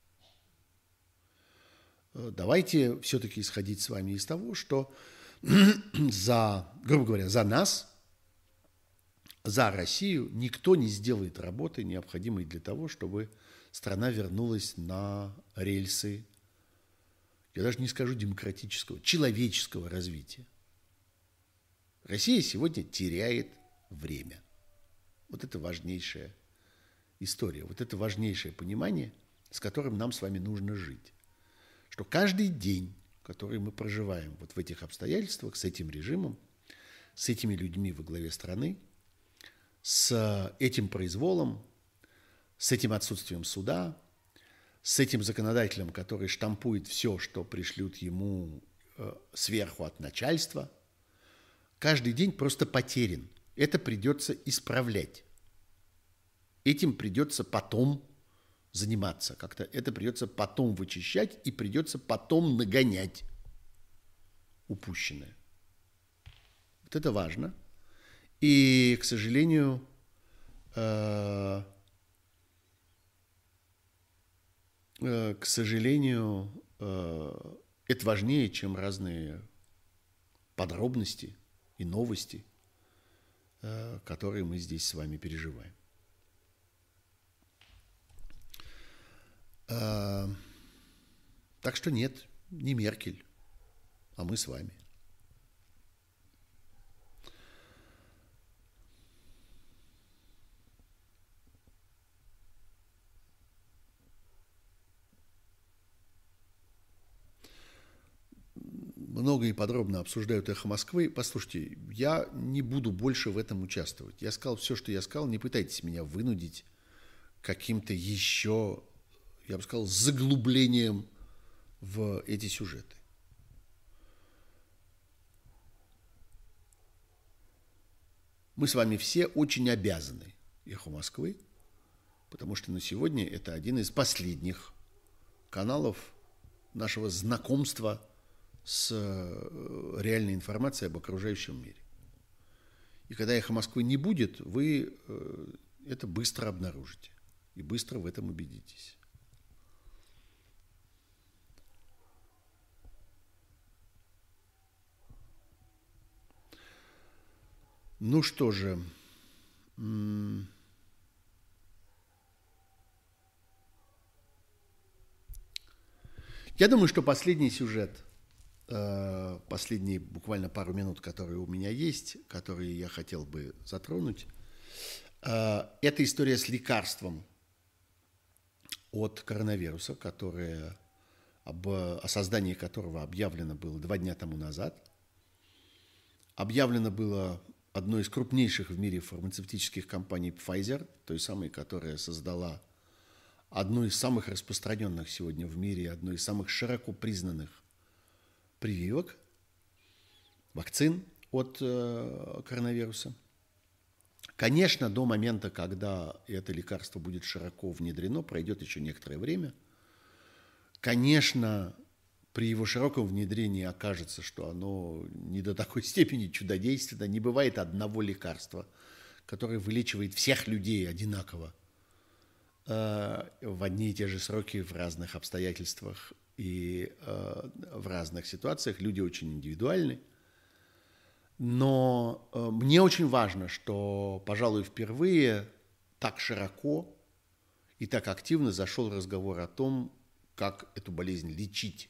Speaker 1: Давайте все-таки исходить с вами из того, что за, грубо говоря, за нас, за Россию никто не сделает работы, необходимой для того, чтобы страна вернулась на рельсы, я даже не скажу демократического, человеческого развития. Россия сегодня теряет время. Вот это важнейшая история, вот это важнейшее понимание, с которым нам с вами нужно жить. Что каждый день, который мы проживаем вот в этих обстоятельствах, с этим режимом, с этими людьми во главе страны, с этим произволом, с этим отсутствием суда, с этим законодателем, который штампует все, что пришлют ему э, сверху от начальства, каждый день просто потерян. Это придется исправлять. Этим придется потом заниматься. Как-то это придется потом вычищать и придется потом нагонять упущенное. Вот это важно. И, к сожалению, э, э, к сожалению, э, это важнее, чем разные подробности и новости, э, которые мы здесь с вами переживаем. Э, так что нет, не Меркель, а мы с вами. Много и подробно обсуждают «Эхо Москвы». Послушайте, я не буду больше в этом участвовать. Я сказал все, что я сказал. Не пытайтесь меня вынудить каким-то еще, я бы сказал, заглублением в эти сюжеты. Мы с вами все очень обязаны «Эху Москвы», потому что на сегодня это один из последних каналов нашего знакомства с реальной информацией об окружающем мире. И когда «Эхо Москвы» не будет, вы это быстро обнаружите и быстро в этом убедитесь. Ну что же, я думаю, что последний сюжет, последние буквально пару минут, которые у меня есть, которые я хотел бы затронуть, это история с лекарством от коронавируса, которое, об, о создании которого объявлено было два дня тому назад. Объявлено было одной из крупнейших в мире фармацевтических компаний Pfizer, той самой, которая создала одну из самых распространенных сегодня в мире, одну из самых широко признанных прививок, вакцин от э, коронавируса. Конечно, до момента, когда это лекарство будет широко внедрено, пройдет еще некоторое время. Конечно, при его широком внедрении окажется, что оно не до такой степени чудодейственно. Не бывает одного лекарства, которое вылечивает всех людей одинаково э, в одни и те же сроки, в разных обстоятельствах и э, в разных ситуациях. Люди очень индивидуальны. Но э, мне очень важно, что, пожалуй, впервые так широко и так активно зашел разговор о том, как эту болезнь лечить.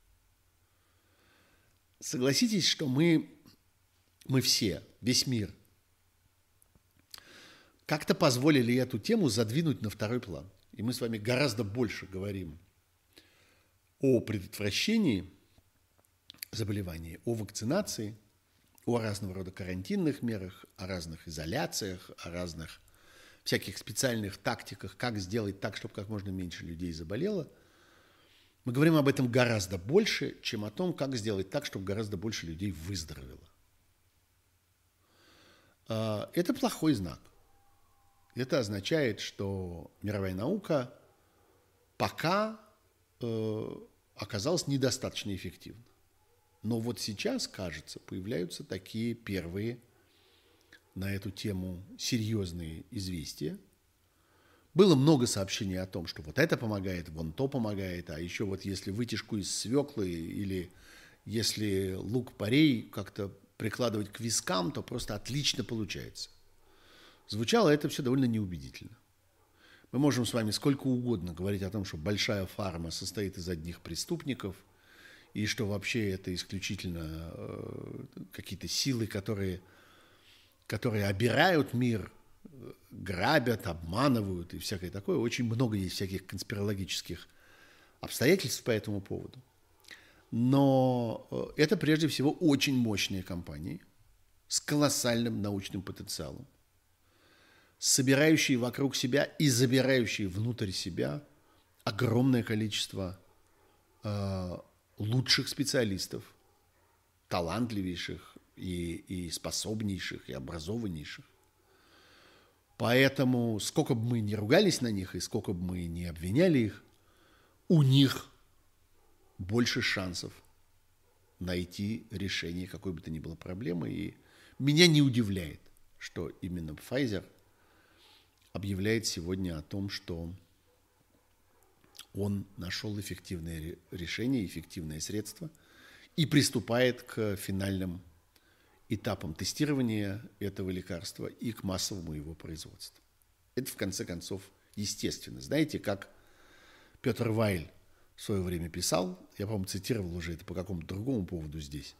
Speaker 1: Согласитесь, что мы, мы все, весь мир, как-то позволили эту тему задвинуть на второй план. И мы с вами гораздо больше говорим о предотвращении заболеваний, о вакцинации, о разного рода карантинных мерах, о разных изоляциях, о разных всяких специальных тактиках, как сделать так, чтобы как можно меньше людей заболело. Мы говорим об этом гораздо больше, чем о том, как сделать так, чтобы гораздо больше людей выздоровело. Это плохой знак. Это означает, что мировая наука пока оказалась недостаточно эффективна. Но вот сейчас, кажется, появляются такие первые на эту тему серьезные известия. Было много сообщений о том, что вот это помогает, вон то помогает, а еще вот если вытяжку из свеклы или если лук-порей как-то прикладывать к вискам, то просто отлично получается. Звучало это все довольно неубедительно. Мы можем с вами сколько угодно говорить о том, что большая фарма состоит из одних преступников, и что вообще это исключительно э, какие-то силы, которые, которые обирают мир, грабят, обманывают и всякое такое. Очень много есть всяких конспирологических обстоятельств по этому поводу. Но это прежде всего очень мощные компании с колоссальным научным потенциалом, собирающие вокруг себя и забирающие внутрь себя огромное количество э, лучших специалистов, талантливейших и, и способнейших, и образованнейших. Поэтому, сколько бы мы ни ругались на них, и сколько бы мы ни обвиняли их, у них больше шансов найти решение какой бы то ни было проблемы. И меня не удивляет, что именно Pfizer объявляет сегодня о том, что он нашел эффективное решение, эффективное средство и приступает к финальным этапам тестирования этого лекарства и к массовому его производству. Это, в конце концов, естественно. Знаете, как Петр Вайль в свое время писал, я, по-моему, цитировал уже это по какому-то другому поводу здесь,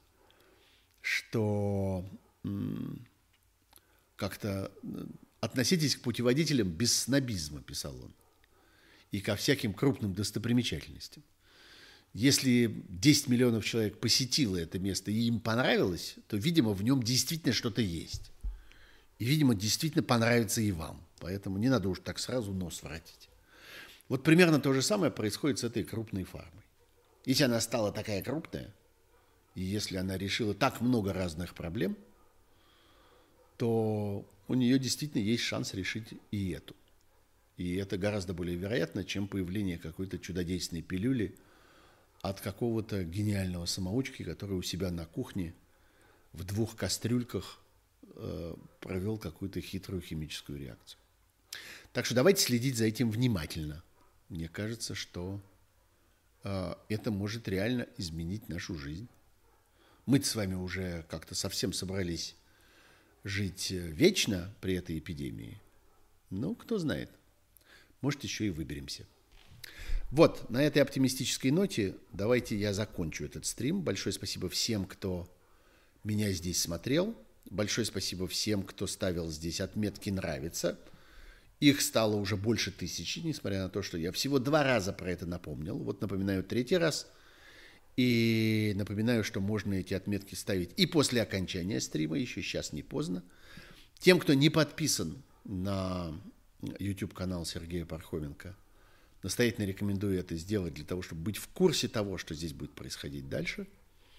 Speaker 1: что м- как-то относитесь к путеводителям без снобизма, писал он, и ко всяким крупным достопримечательностям. Если десять миллионов человек посетило это место и им понравилось, то, видимо, в нем действительно что-то есть. И, видимо, действительно понравится и вам. Поэтому не надо уж так сразу нос воротить. Вот примерно то же самое происходит с этой крупной фармой. Если она стала такая крупная, и если она решила так много разных проблем, то у нее действительно есть шанс решить и эту. И это гораздо более вероятно, чем появление какой-то чудодейственной пилюли от какого-то гениального самоучки, который у себя на кухне в двух кастрюльках э, провел какую-то хитрую химическую реакцию. Так что давайте следить за этим внимательно. Мне кажется, что э, это может реально изменить нашу жизнь. Мы-то с вами уже как-то совсем собрались жить вечно при этой эпидемии. Ну, кто знает. Может, еще и выберемся. Вот, на этой оптимистической ноте давайте я закончу этот стрим. Большое спасибо всем, кто меня здесь смотрел. Большое спасибо всем, кто ставил здесь отметки «нравится». Их стало уже больше тысячи, несмотря на то, что я всего два раза про это напомнил. Вот напоминаю третий раз. И напоминаю, что можно эти отметки ставить и после окончания стрима, еще сейчас не поздно. Тем, кто не подписан на YouTube-канал Сергея Пархоменко, настоятельно рекомендую это сделать для того, чтобы быть в курсе того, что здесь будет происходить дальше.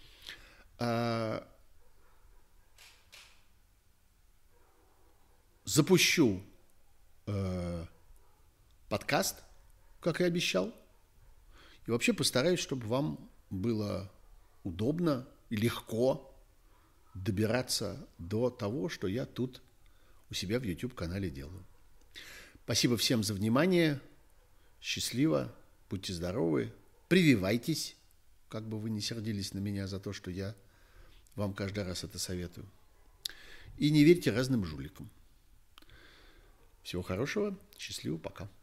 Speaker 1: Запущу э, подкаст, как и обещал. И вообще постараюсь, чтобы вам было удобно и легко добираться до того, что я тут у себя в YouTube-канале делаю. Спасибо всем за внимание. Счастливо, будьте здоровы, прививайтесь, как бы вы ни сердились на меня за то, что я вам каждый раз это советую. И не верьте разным жуликам. Всего хорошего, счастливо, пока.